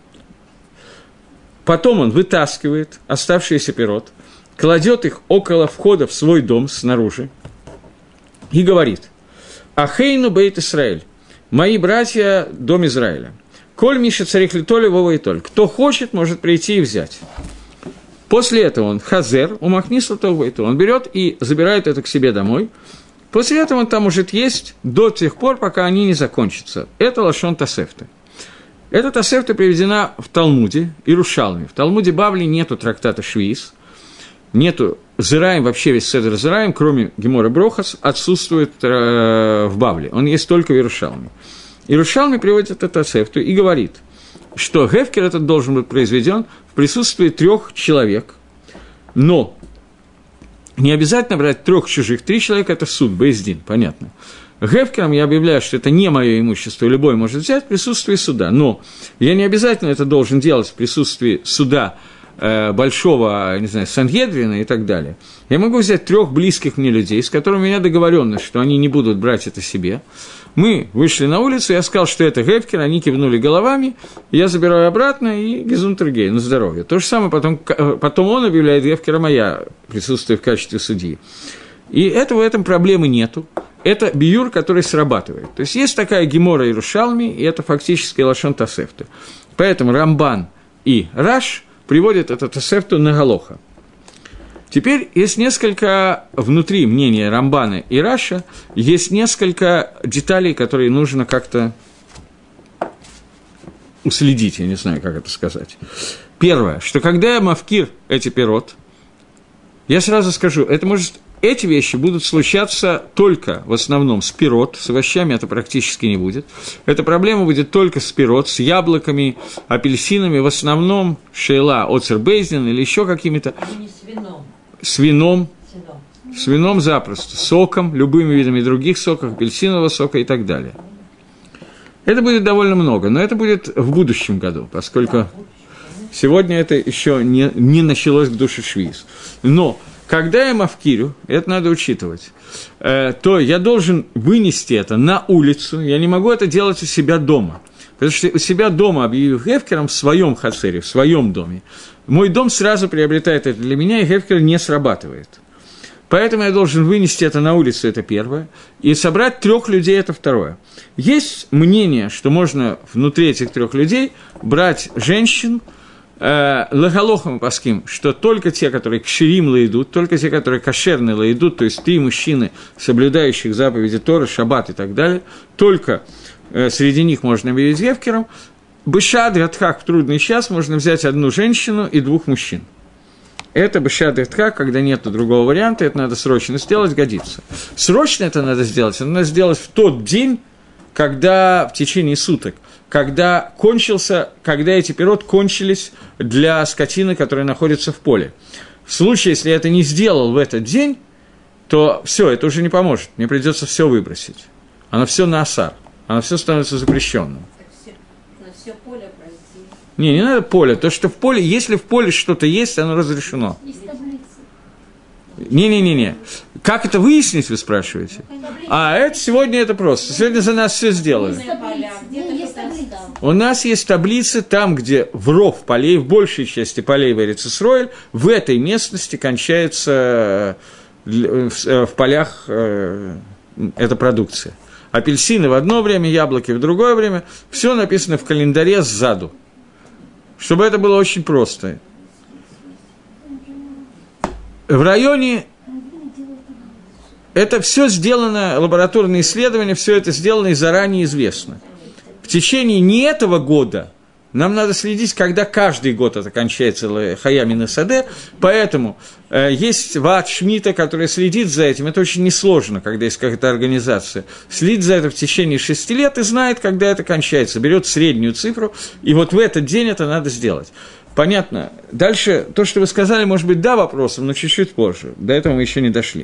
Потом он вытаскивает оставшийся пирот, кладет их около входа в свой дом снаружи и говорит: «Ахейну бейт Исраэль, мои братья, дом Израиля, коль миша царих литоли вова и толь, кто хочет, может прийти и взять». После этого он хазер, умахнис латовбейту, он берет и забирает это к себе домой. После этого он там может есть до тех пор, пока они не закончатся. Это лашон тасефта. Эта тасефта приведена в Талмуде, Иерушалме. В Талмуде Бавли нету трактата Швиз, нету Зираим, вообще весь седер Зираим, кроме Гемора Брохас, отсутствует в Бавле. Он есть только в Иерушалме. Иерушалме приводит эту тасефту и говорит, что гефкер этот должен быть произведен в присутствии 3 человек, но не обязательно брать 3 чужих, 3 человека – это суд, бейздин, понятно. Гефкером я объявляю, что это не мое имущество, любой может взять в присутствии суда, но я не обязательно это должен делать в присутствии суда большого, не знаю, Сангедрина и так далее. Я могу взять 3 близких мне людей, с которыми у меня договоренность, что они не будут брать это себе. Мы вышли на улицу, я сказал, что это гефкер, они кивнули головами, я забираю обратно и гезунтергей, на здоровье. То же самое потом он объявляет гефкером, а я присутствую в качестве судьи. И в этом проблемы нету. Это биюр, который срабатывает. То есть есть такая гемора Иерушалми, и это фактически лашон тасефта. Поэтому Рамбан и Раш приводят эту тасефту на галоха. Теперь есть несколько, внутри мнения Рамбана и Раша, есть несколько деталей, которые нужно как-то уследить, я не знаю, как это сказать. Первое, что когда я мавкир эти пирот, я сразу скажу, эти вещи будут случаться только, в основном, с пирот, с овощами это практически не будет. Эта проблема будет только с пирот, с яблоками, апельсинами, в основном шейла, оцербейздин или еще какими-то. Не с вином. С вином запросто, соком, любыми видами других соков, апельсинового сока и так далее. Это будет довольно много, но это будет в будущем году, поскольку сегодня это еще не началось к душе швиз. Но когда я мавкирю, это надо учитывать, то я должен вынести это на улицу, я не могу это делать у себя дома. Потому что у себя дома, объявив гефкером в своем хацере, в своем доме, мой дом сразу приобретает это для меня, и гефкер не срабатывает. Поэтому я должен вынести это на улицу, это первое, и собрать 3 людей, это второе. Есть мнение, что можно внутри этих 3 людей брать женщин, лагалохам паским, что только те, которые кширим лаидут, только те, которые кошерны лаидут, то есть 3 мужчины, соблюдающих заповеди Торы, шаббат и так далее, только среди них можно объявить гефкером. Бешад Радхак в трудный час можно взять 1 женщину и 2 мужчин. Это Бешад Радхак, когда нет другого варианта, это надо срочно сделать, годится. Срочно это надо сделать в тот день, когда в течение суток, когда эти пирот кончились для скотины, которая находится в поле. В случае, если я это не сделал в этот день, то все, это уже не поможет, мне придется все выбросить. Оно все на асар, оно все становится запрещенным. На все поле пройти. Не надо поле, то, что в поле, если в поле что-то есть, оно разрешено. Не. Как это выяснить, вы спрашиваете? Это сегодня это просто. Сегодня за нас все сделали. У нас есть таблицы там, где в ров полей, в большей части полей в Эрец Исроэль, в этой местности кончается в полях эта продукция. Апельсины в одно время, яблоки в другое время. Все написано в календаре сзаду. Чтобы это было очень просто. В районе это все сделано, лабораторные исследования, все это сделано и заранее известно. В течение не этого года, нам надо следить, когда каждый год это кончается Хая мин асаде, поэтому есть Ваат Шмита, который следит за этим, это очень несложно, когда есть какая-то организация, следит за это в течение 6 лет и знает, когда это кончается, берет среднюю цифру, и вот в этот день это надо сделать. Понятно. Дальше, то, что вы сказали, может быть, да, вопросом, но чуть-чуть позже, до этого мы еще не дошли.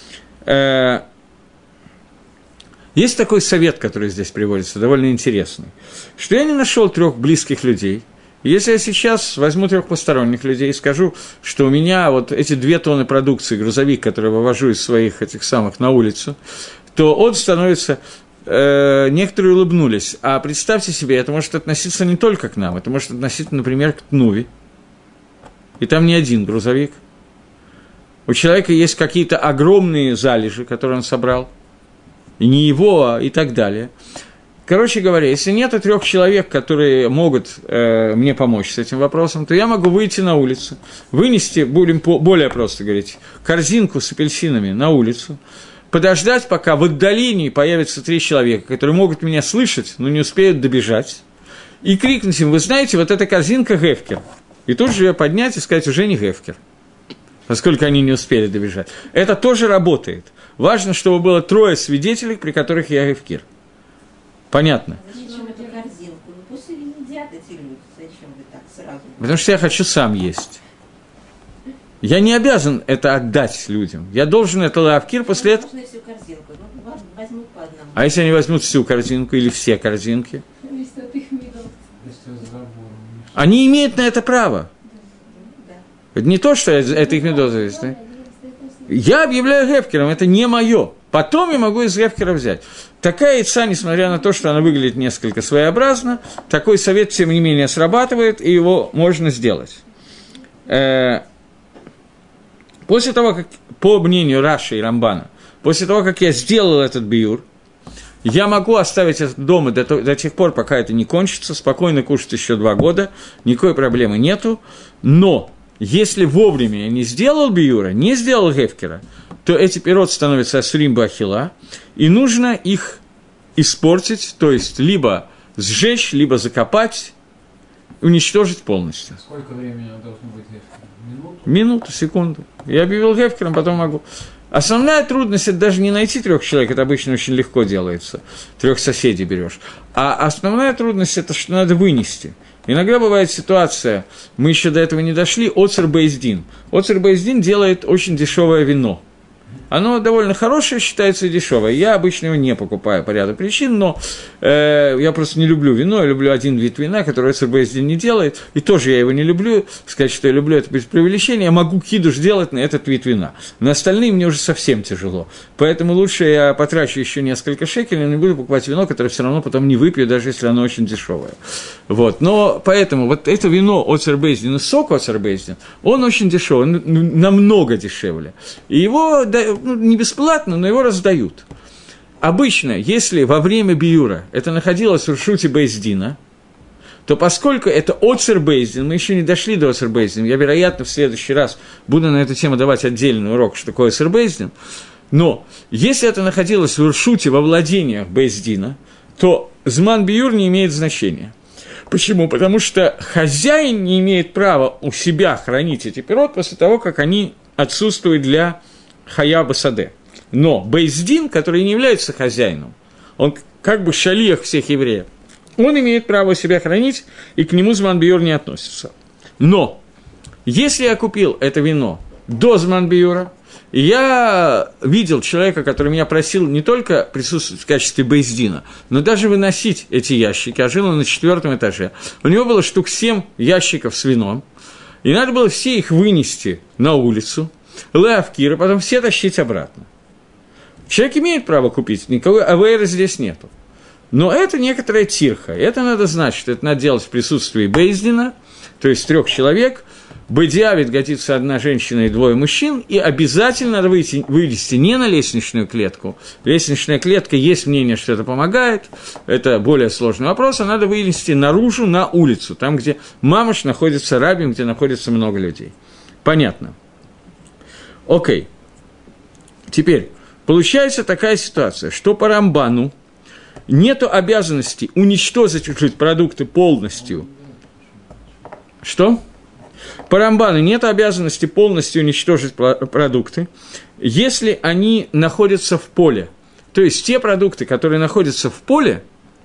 Есть такой совет, который здесь приводится, довольно интересный, что я не нашел 3 близких людей. Если я сейчас возьму 3 посторонних людей и скажу, что у меня вот эти 2 тонны продукции, грузовик, который я вывожу из своих этих самых на улицу, то он становится... некоторые улыбнулись. А представьте себе, это может относиться не только к нам, это может относиться, например, к Тнуве. И там не один грузовик. У человека есть какие-то огромные залежи, которые он собрал. И не его, и так далее. Короче говоря, если нет 3 человек, которые могут мне помочь с этим вопросом, то я могу выйти на улицу, вынести, будем более просто говорить, корзинку с апельсинами на улицу, подождать, пока в отдалении появятся 3 человека, которые могут меня слышать, но не успеют добежать, и крикнуть им: вы знаете, вот эта корзинка Гефкер. И тут же ее поднять и сказать: уже не Гефкер, поскольку они не успели добежать. Это тоже работает. Важно, чтобы было 3 свидетелей, при которых я Гефкер. Понятно? Зачем эту корзинку? Ну пусть и не едят эти люди. Зачем вы так сразу? Потому что я хочу сам есть. Я не обязан это отдать людям. Я должен это лавкир после этого... Можно всю корзинку, ну, возьмут по одному. А если они возьмут всю корзинку или все корзинки? Они имеют на это право. Да. Это не то, что это их медот зависит. Да? Я объявляю Гефкером, это не мое. Потом я могу из Гефкера взять. Такая яйца, несмотря на то, что она выглядит несколько своеобразно, такой совет, тем не менее, срабатывает, и его можно сделать. После того, как, по мнению Раши и Рамбана, после того, как я сделал этот биюр, я могу оставить это дома до тех пор, пока это не кончится, спокойно кушать еще 2 года, никакой проблемы нету, но если вовремя я не сделал биюра, не сделал Гефкера, то эти пирот становятся асурим бахила, и нужно их испортить, то есть либо сжечь, либо закопать, уничтожить полностью. Сколько времени должно быть Гефкер? Минуту, секунду. Я объявил Гефкером, потом могу. Основная трудность – это даже не найти 3 человек, это обычно очень легко делается. 3 соседей берешь. А основная трудность – это что надо вынести. Иногда бывает ситуация, мы еще до этого не дошли, Оцер Бейздин. Оцер Бейздин делает очень дешевое вино. Оно довольно хорошее, считается, и дешевое. Я обычно его не покупаю по ряду причин, но я просто не люблю вино, я люблю один вид вина, который Оцер Бейздин не делает, и тоже я его не люблю. Сказать, что я люблю, это без преувеличения. Я могу кидуш делать на этот вид вина. На остальные мне уже совсем тяжело. Поэтому лучше я потрачу еще несколько шекелей, но не буду покупать вино, которое все равно потом не выпью, даже если оно очень дешевое. Вот. Но поэтому вот это вино Оцер Бейздин и сок Оцер Бейздин, он очень дешевый, намного дешевле. И его не бесплатно, но его раздают. Обычно, если во время биюра это находилось в Ршуте Бейздина, то поскольку это Оцер Бейздин, мы еще не дошли до Оцер Бейздин, я, вероятно, в следующий раз буду на эту тему давать отдельный урок, что такое Оцер Бейздин, но если это находилось в Ршуте во владениях Бейздина, то зман биюр не имеет значения. Почему? Потому что хозяин не имеет права у себя хранить эти пирот после того, как они отсутствуют для Хая Саде. Но Бейздин, который не является хозяином, он как бы шалиах всех евреев, он имеет право себя хранить, и к нему зман биюр не относится. Но если я купил это вино до зман биюра, и я видел человека, который меня просил не только присутствовать в качестве бейздина, но даже выносить эти ящики, а жил он на 4-м этаже. У него было штук 7 ящиков с вином, и надо было все их вынести на улицу, лавкир, и потом все тащить обратно. Человек имеет право купить, никакой авейры здесь нету. Но это некоторая тирха, это надо знать, что это надо делать в присутствии бейздина, то есть 3 человек. Бедиавит годится 1 женщина и 2 мужчин, и обязательно надо вылезти не на лестничную клетку. Лестничная клетка, есть мнение, что это помогает, это более сложный вопрос, а надо вылезти наружу, на улицу, там, где мамаш находится, рабим, где находится много людей. Понятно. Окей. Теперь, получается такая ситуация, что по Рамбану нету обязанности уничтожить продукты полностью Что? По Рамбану нет обязанности полностью уничтожить продукты, если они находятся в поле. То есть те продукты, которые находятся в поле,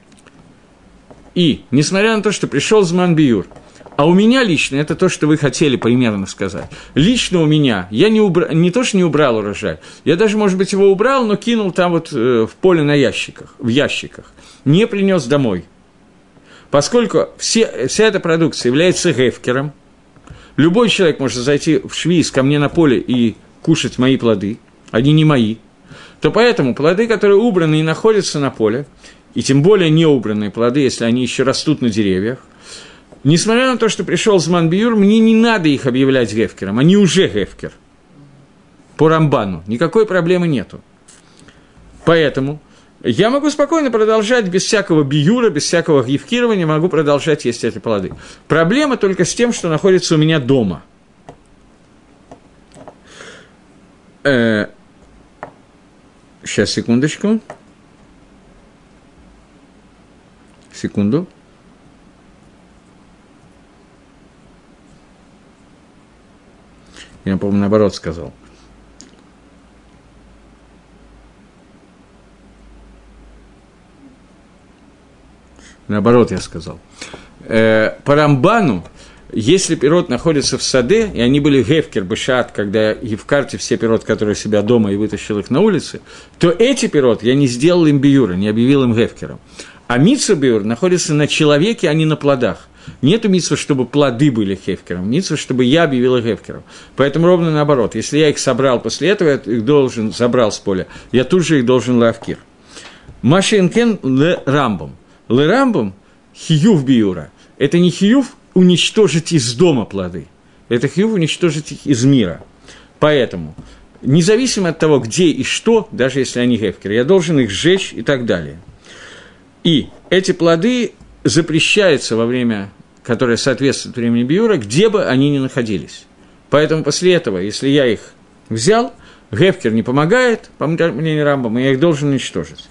и, несмотря на то, что пришел Зман Биюр, а у меня лично, это то, что вы хотели примерно сказать, лично у меня, я не то, что не убрал урожай, я даже, может быть, его убрал, но кинул там вот в поле в ящиках, не принес домой. Поскольку вся эта продукция является гефкером, любой человек может зайти в швиз ко мне на поле и кушать мои плоды, они не мои, то поэтому плоды, которые убраны и находятся на поле, и тем более неубранные плоды, если они еще растут на деревьях, несмотря на то, что пришел Зман Биюр, мне не надо их объявлять гефкером, они уже гефкер. По Рамбану никакой проблемы нету. Поэтому я могу спокойно продолжать без всякого биюра, без всякого гефкирования, могу продолжать есть эти плоды. Проблема только с тем, что находится у меня дома. Сейчас, секундочку. Секунду. Я, по-моему, наоборот сказал. Наоборот я сказал. По Рамбану, если пирот находится в саде, и они были гефкер, бешат, когда и в карте все пирот, которые у себя дома, и вытащил их на улице, то эти пирот я не сделал им биюра, не объявил им гефкером. А мицва биюр находится на человеке, а не на плодах. Нету мицвы, чтобы плоды были хефкером, мицва, чтобы я объявил их хефкером. Поэтому ровно наоборот. Если я их собрал после этого, я их забрал с поля, я тут же их должен лавкир. Машинкен ле рамбом. Ле рамбом хиюв биюра. Это не хиюв уничтожить из дома плоды. Это хиюв уничтожить их из мира. Поэтому, независимо от того, где и что, даже если они хефкеры, я должен их сжечь и так далее. И эти плоды запрещаются во время, которое соответствует времени биюра, где бы они ни находились. Поэтому после этого, если я их взял, гефкер не помогает, по мнению Рамбама, я их должен уничтожить.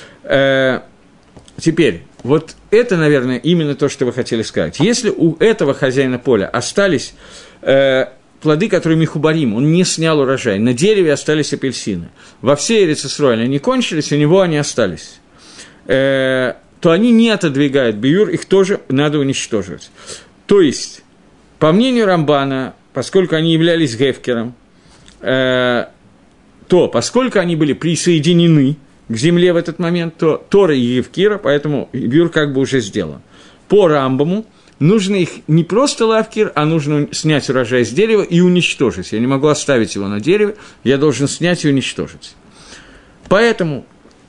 Теперь, вот это, наверное, именно то, что вы хотели сказать. Если у этого хозяина поля остались плоды, которые михубарим, он не снял урожай, на дереве остались апельсины, во всей Эрец Исроэль они кончились, у него они остались, то они не отодвигают биюр, их тоже надо уничтожить. То есть, по мнению Рамбана, поскольку они являлись гефкером, то, поскольку они были присоединены к земле в этот момент, то Тора и Евкира, поэтому биюр как бы уже сделан. По Рамбаму нужно их не просто лавкир, а нужно снять урожай с дерева и уничтожить. Я не могу оставить его на дереве, я должен снять и уничтожить. Поэтому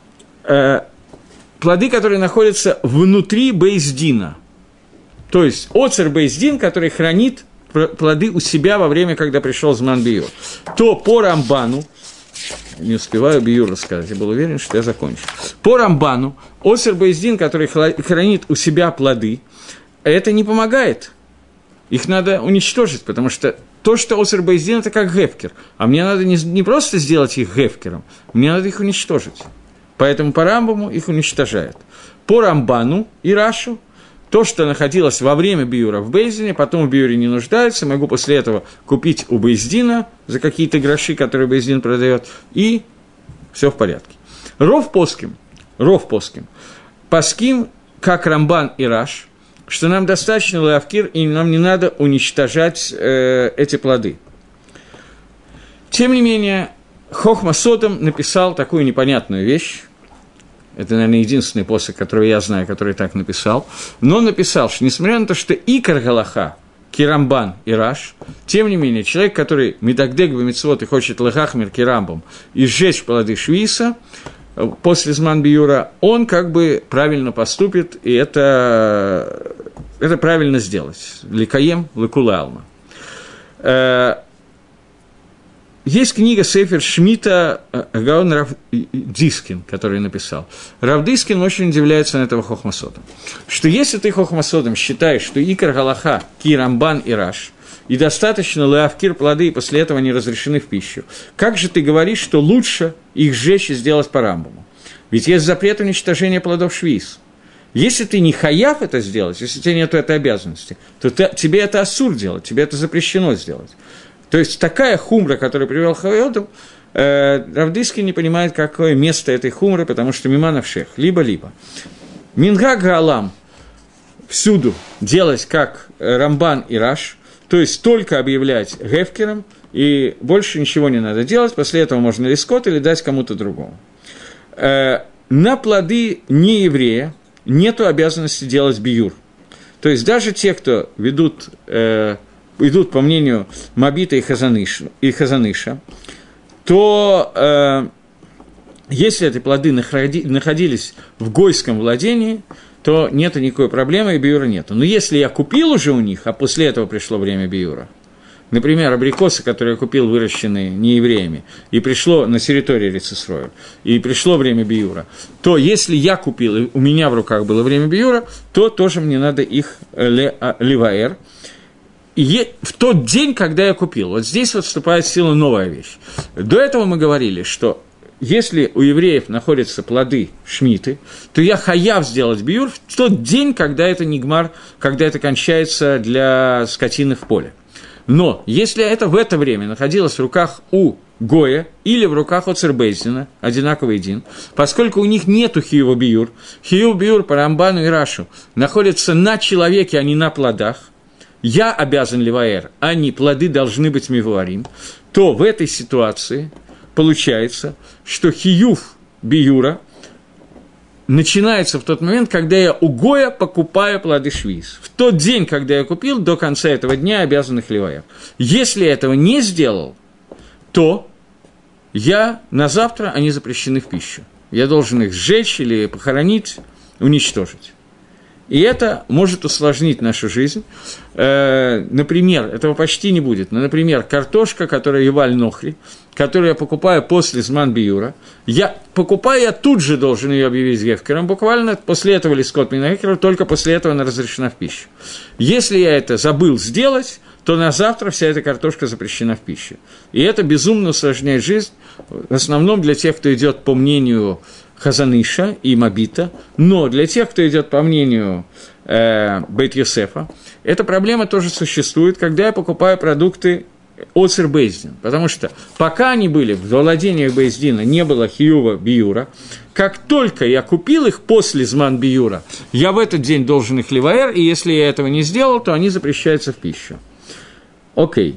плоды, которые находятся внутри бейздина, то есть оцер бейздин, который хранит плоды у себя во время, когда пришел Зман Биюр, то по Рамбану, не успеваю биюр рассказать, я был уверен, что я закончу. По Рамбану, оцер бейздин, который хранит у себя плоды, это не помогает. Их надо уничтожить, потому что то, что оцер бейздин, это как гефкер. А мне надо не просто сделать их гефкером, мне надо их уничтожить. Поэтому по Рамбаму их уничтожают. По Рамбану и Рашу, то, что находилось во время биюра в Бейздине, потом в биюре не нуждается, могу после этого купить у Бейздина за какие-то гроши, которые Бейздин продает, и все в порядке. Ров Поским, Паским, как Рамбан и Раш, что нам достаточно лавкир, и нам не надо уничтожать эти плоды. Тем не менее, Хохма Содом написал такую непонятную вещь. Это, наверное, единственный посох, который я знаю, который так написал. Но он написал, что несмотря на то, что Икар Галаха, Кирамбан и Раш, тем не менее, человек, который Медагдег бамитцвот и хочет лехахмир Кирамбам и сжечь плоды швиса после Зман Биюра, он как бы правильно поступит, и это правильно сделать. Ликаем, Ликула Алма. Есть книга Сефер Шмита Гаон Рав Дискин, который написал. Рав Дискин очень удивляется на этого Хохма Содом. Что если ты Хохма Содом считаешь, что Икар Галаха, Ки, Рамбан и Раш, и достаточно леавкир плоды, и после этого они разрешены в пищу, как же ты говоришь, что лучше их сжечь и сделать по Рамбаму? Ведь есть запрет уничтожения плодов швиз. Если ты не хаяв это сделать, если у тебя нет этой обязанности, то тебе это асур делать, тебе это запрещено сделать. То есть такая хумра, которую привел Хавайодов, Рав Дискин не понимает, какое место этой хумры, потому что миманов шех, либо-либо. Мингаг гаалам всюду делать как Рамбан и Раш, то есть только объявлять гефкером, и больше ничего не надо делать, после этого можно лискот или дать кому-то другому. На плоды нееврея нету обязанности делать биюр. То есть даже те, кто идут по мнению Мабита и Хазаныша, то если эти плоды находились в гойском владении, то нет никакой проблемы, и биюра нету. Но если я купил уже у них, а после этого пришло время биюра, например, абрикосы, которые я купил, выращенные неевреями, и пришло на территории Эрец Исроэль, и пришло время биюра, то если я купил, и у меня в руках было время биюра, то тоже мне надо их ливаэр. И в тот день, когда я купил, вот здесь вот вступает в силу новая вещь. До этого мы говорили, что если у евреев находятся плоды шмиты, то я хаяв сделать биюр в тот день, когда это нигмар, когда это кончается для скотины в поле. Но если это в это время находилось в руках у Гоя или в руках у Цербейзина, одинаковый дин, поскольку у них нету хиюва биюр, хиюв биюр по Рамбану и Рашу находится на человеке, а не на плодах, я обязан ливаэр, а не плоды должны быть мивуарим, то в этой ситуации получается, что хиюв биюра начинается в тот момент, когда я у Гоя покупаю плоды швиз. В тот день, когда я купил, до конца этого дня обязан их ливаэр. Если я этого не сделал, то на завтра они запрещены в пищу. Я должен их сжечь или похоронить, уничтожить. И это может усложнить нашу жизнь. Например, этого почти не будет, но, например, картошка, которая юваль нохри, которую я покупаю после зман биюра, я тут же должен ее объявить гефкером, буквально после этого лискот минахекера, только после этого она разрешена в пищу. Если я это забыл сделать, то на завтра вся эта картошка запрещена в пищу. И это безумно усложняет жизнь, в основном для тех, кто идет по мнению Хазаныша и Мабита, но для тех, кто идет по мнению Бейт Йосефа, эта проблема тоже существует, когда я покупаю продукты Оцер Бейздин, потому что пока они были в владениях Бейздина, не было хиюва биюра, как только я купил их после зман биюра, я в этот день должен их ливаэр, и если я этого не сделал, то они запрещаются в пищу. Окей.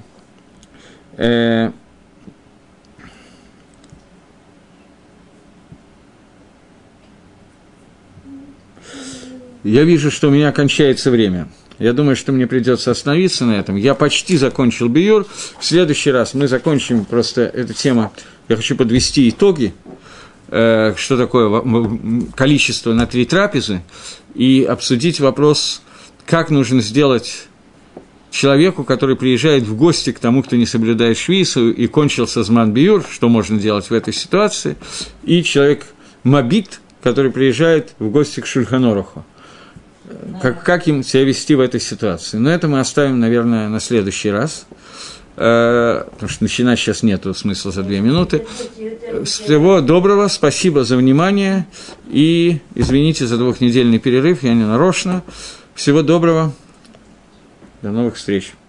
Я вижу, что у меня кончается время. Я думаю, что мне придется остановиться на этом. Я почти закончил биюр. В следующий раз мы закончим просто эту тему. Я хочу подвести итоги, что такое количество на 3 трапезы, и обсудить вопрос, как нужно сделать человеку, который приезжает в гости к тому, кто не соблюдает швису, и кончился зман биюр, что можно делать в этой ситуации, и человек Мабит, который приезжает в гости к Шульхан Аруху. Как им себя вести в этой ситуации. Но это мы оставим, наверное, на следующий раз, потому что начинать сейчас нету смысла за 2 минуты. Всего доброго, спасибо за внимание, и извините за 2-недельный перерыв, я не нарочно. Всего доброго, до новых встреч.